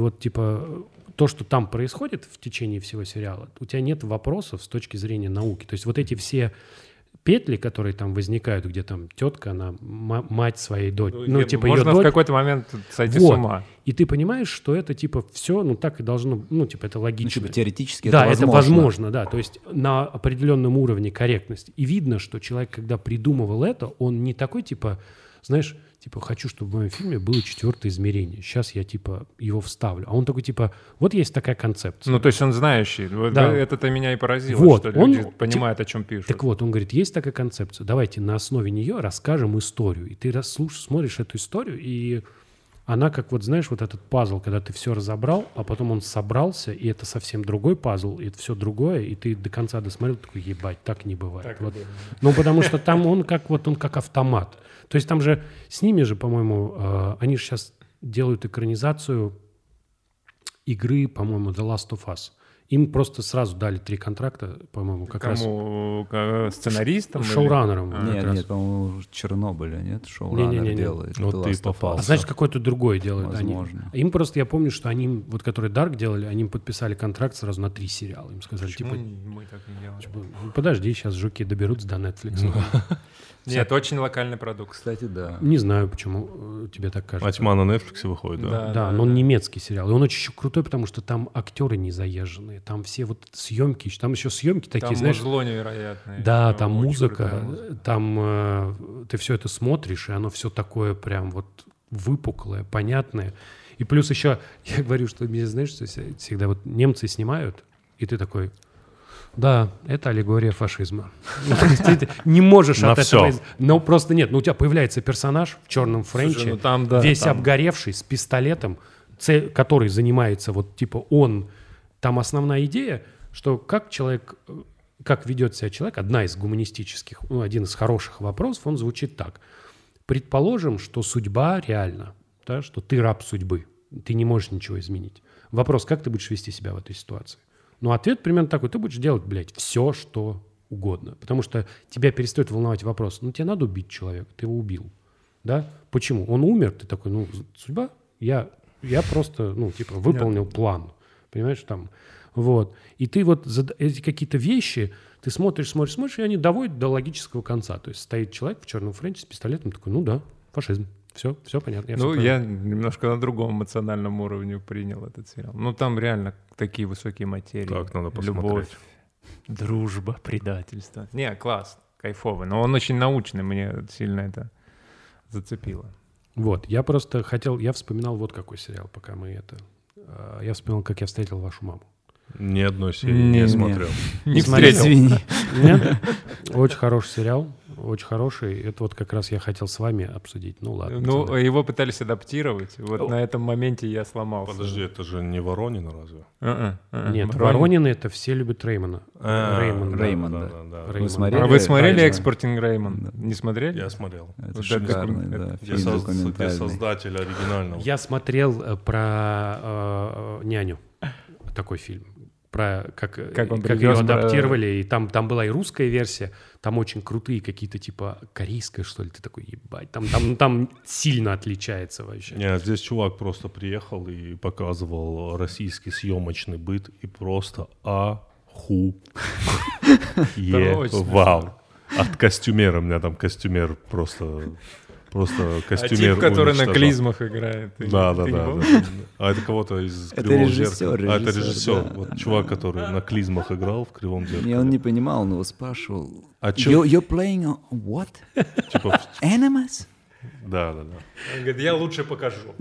то, что там происходит в течение всего сериала, у тебя нет вопросов с точки зрения науки. То есть вот эти все петли, которые там возникают, где там тетка, она мать своей дочери. Можно в какой-то момент сойти с ума. И ты понимаешь, что это все, так и должно, это логично. Теоретически это возможно. Да, это возможно, да. То есть на определенном уровне корректности. И видно, что человек, когда придумывал это, он не такой, знаешь, хочу, чтобы в моем фильме было 4-е измерение. Сейчас я, его вставлю. А он такой, вот есть такая концепция. То есть он знающий. Да. Это-то меня и поразило, что люди понимают, о чем пишут. Так вот, он говорит, есть такая концепция. Давайте на основе нее расскажем историю. И ты смотришь эту историю, и она как знаешь, этот пазл, когда ты все разобрал, а потом он собрался, и это совсем другой пазл, и это все другое, и ты до конца досмотрел, такой, ебать, так не бывает. Потому что там он как автомат. То есть там же, с ними же, по-моему, они же сейчас делают экранизацию игры, по-моему, The Last of Us. Им просто сразу дали 3 контракта, по-моему, как раз... Сценаристам? Шоураннерам. Нет, по-моему, Чернобыля, нет? Шоураннер делает. Вот ты попал. Значит, какой-то другой делает. Возможно. Им просто, я помню, что они, которые Dark делали, они им подписали контракт сразу на 3 сериала. Им сказали, почему мы так не делаем? Подожди, сейчас жуки доберутся до Netflix. Нет, очень локальный продукт. Кстати, да. Не знаю, почему тебе так кажется. А «Тьма» на Netflix выходит, да? Да, но он немецкий сериал. И он очень крутой, потому что там актеры не заезженные. Там все съемки, там еще съемки такие, там знаешь... Там музло невероятное. Да, там музыка, там ты все это смотришь, и оно все такое прям выпуклое, понятное. И плюс еще, я говорю, что мне, знаешь, что всегда немцы снимают, и ты такой... Да, это аллегория фашизма. Ты не можешь от этого... Но просто нет. У тебя появляется персонаж в черном френче, весь обгоревший, с пистолетом, который занимается он... Там основная идея, что как ведет себя человек, одна из гуманистических, один из хороших вопросов, он звучит так. Предположим, что судьба реальна, да, что ты раб судьбы, ты не можешь ничего изменить. Вопрос, как ты будешь вести себя в этой ситуации? Ответ примерно такой. Ты будешь делать, все, что угодно. Потому что тебя перестает волновать вопрос. Тебе надо убить человека, ты его убил. Да? Почему? Он умер, ты такой, судьба. Я просто, выполнил план. Понимаешь, там. Вот. И ты эти какие-то вещи, ты смотришь, и они доводят до логического конца. То есть стоит человек в черном френче с пистолетом, такой, фашизм. Все понятно. Я немножко на другом эмоциональном уровне принял этот сериал. Там реально такие высокие материи. Так, надо посмотреть. Любовь, дружба, предательство. Не, класс, кайфовый. Но он очень научный, мне сильно это зацепило. Я просто я вспоминал какой сериал, пока мы это... Я вспоминал, как я встретил вашу маму. Ни одной серии не смотрел. Не встретил. Извини. Нет? Очень хороший сериал. Очень хороший. Это как раз я хотел с вами обсудить. Ладно. Его пытались адаптировать. На этом моменте я сломался. Подожди, это же не Воронин разве? Нет, Воронины — это все любят Реймона. Реймон, да. Вы смотрели «Экспортинг Реймон»? Не смотрели? Я смотрел. Это шикарный, да. Где создатель оригинального. Я смотрел про няню. Такой фильм. Про как ее адаптировали. И там была и русская версия. Там очень крутые какие-то корейская, что ли. Ты такой, ебать. Там сильно отличается вообще. Нет, здесь чувак просто приехал и показывал российский съемочный быт. И просто вау. От костюмера. У меня там костюмер просто костюмер. А тип, который на клизмах играет. Да. А это кого-то из Кривого Зеркала. Это режиссер. Да. Вот чувак, который на клизмах играл в Кривом Зеркале. И он не понимал, он его спрашивал. You're playing on what? Типа, Animals? да. Он говорит, я лучше покажу.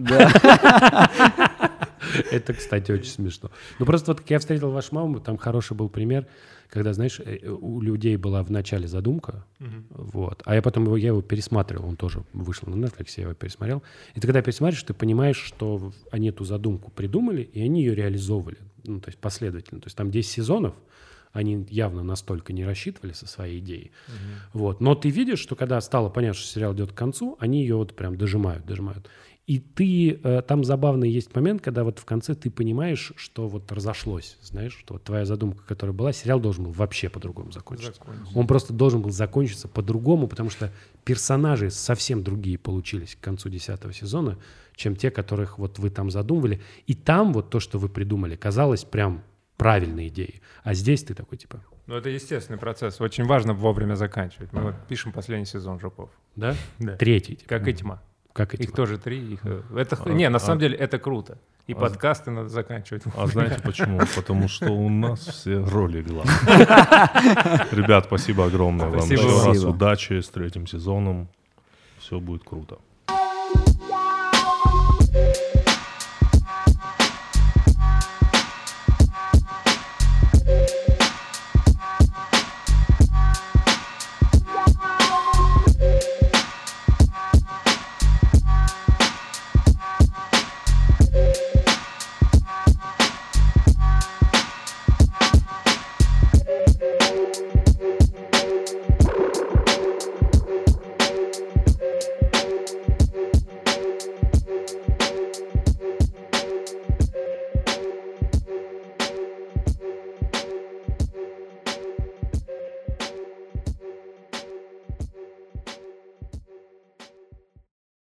Это, кстати, очень смешно. Ну, просто вот как я встретил вашу маму, там хороший был пример, когда, знаешь, у людей была в начале задумка, вот, а я потом его пересматривал, он тоже вышел на Netflix, я его пересмотрел. И ты когда пересматриваешь, ты понимаешь, что они эту задумку придумали, и они ее реализовывали, ну, то есть последовательно. То есть там 10 сезонов, они явно настолько не рассчитывали со своей идеей. Вот. Но ты видишь, что когда стало понятно, что сериал идет к концу, они ее вот прям дожимают. И там забавный есть момент, когда вот в конце ты понимаешь, что вот разошлось, знаешь, что вот твоя задумка, которая была, сериал должен был вообще по-другому закончиться. Он просто должен был закончиться по-другому, потому что персонажи совсем другие получились к концу 10-го сезона, чем те, которых вот вы там задумывали. И там вот то, что вы придумали, казалось прям правильной идеей. А здесь ты такой типа... Ну, это естественный процесс. Очень важно вовремя заканчивать. Мы вот пишем последний сезон «Жопов». Да? Да. 3-й. Типа. Как и «Тьма». Как и их тьма. тоже 3. Не, на самом деле это круто. И подкасты надо заканчивать. А знаете почему? Потому что у нас все роли главные. Ребят, спасибо огромное вам. Спасибо. Еще раз удачи с 3-м сезоном. Все будет круто.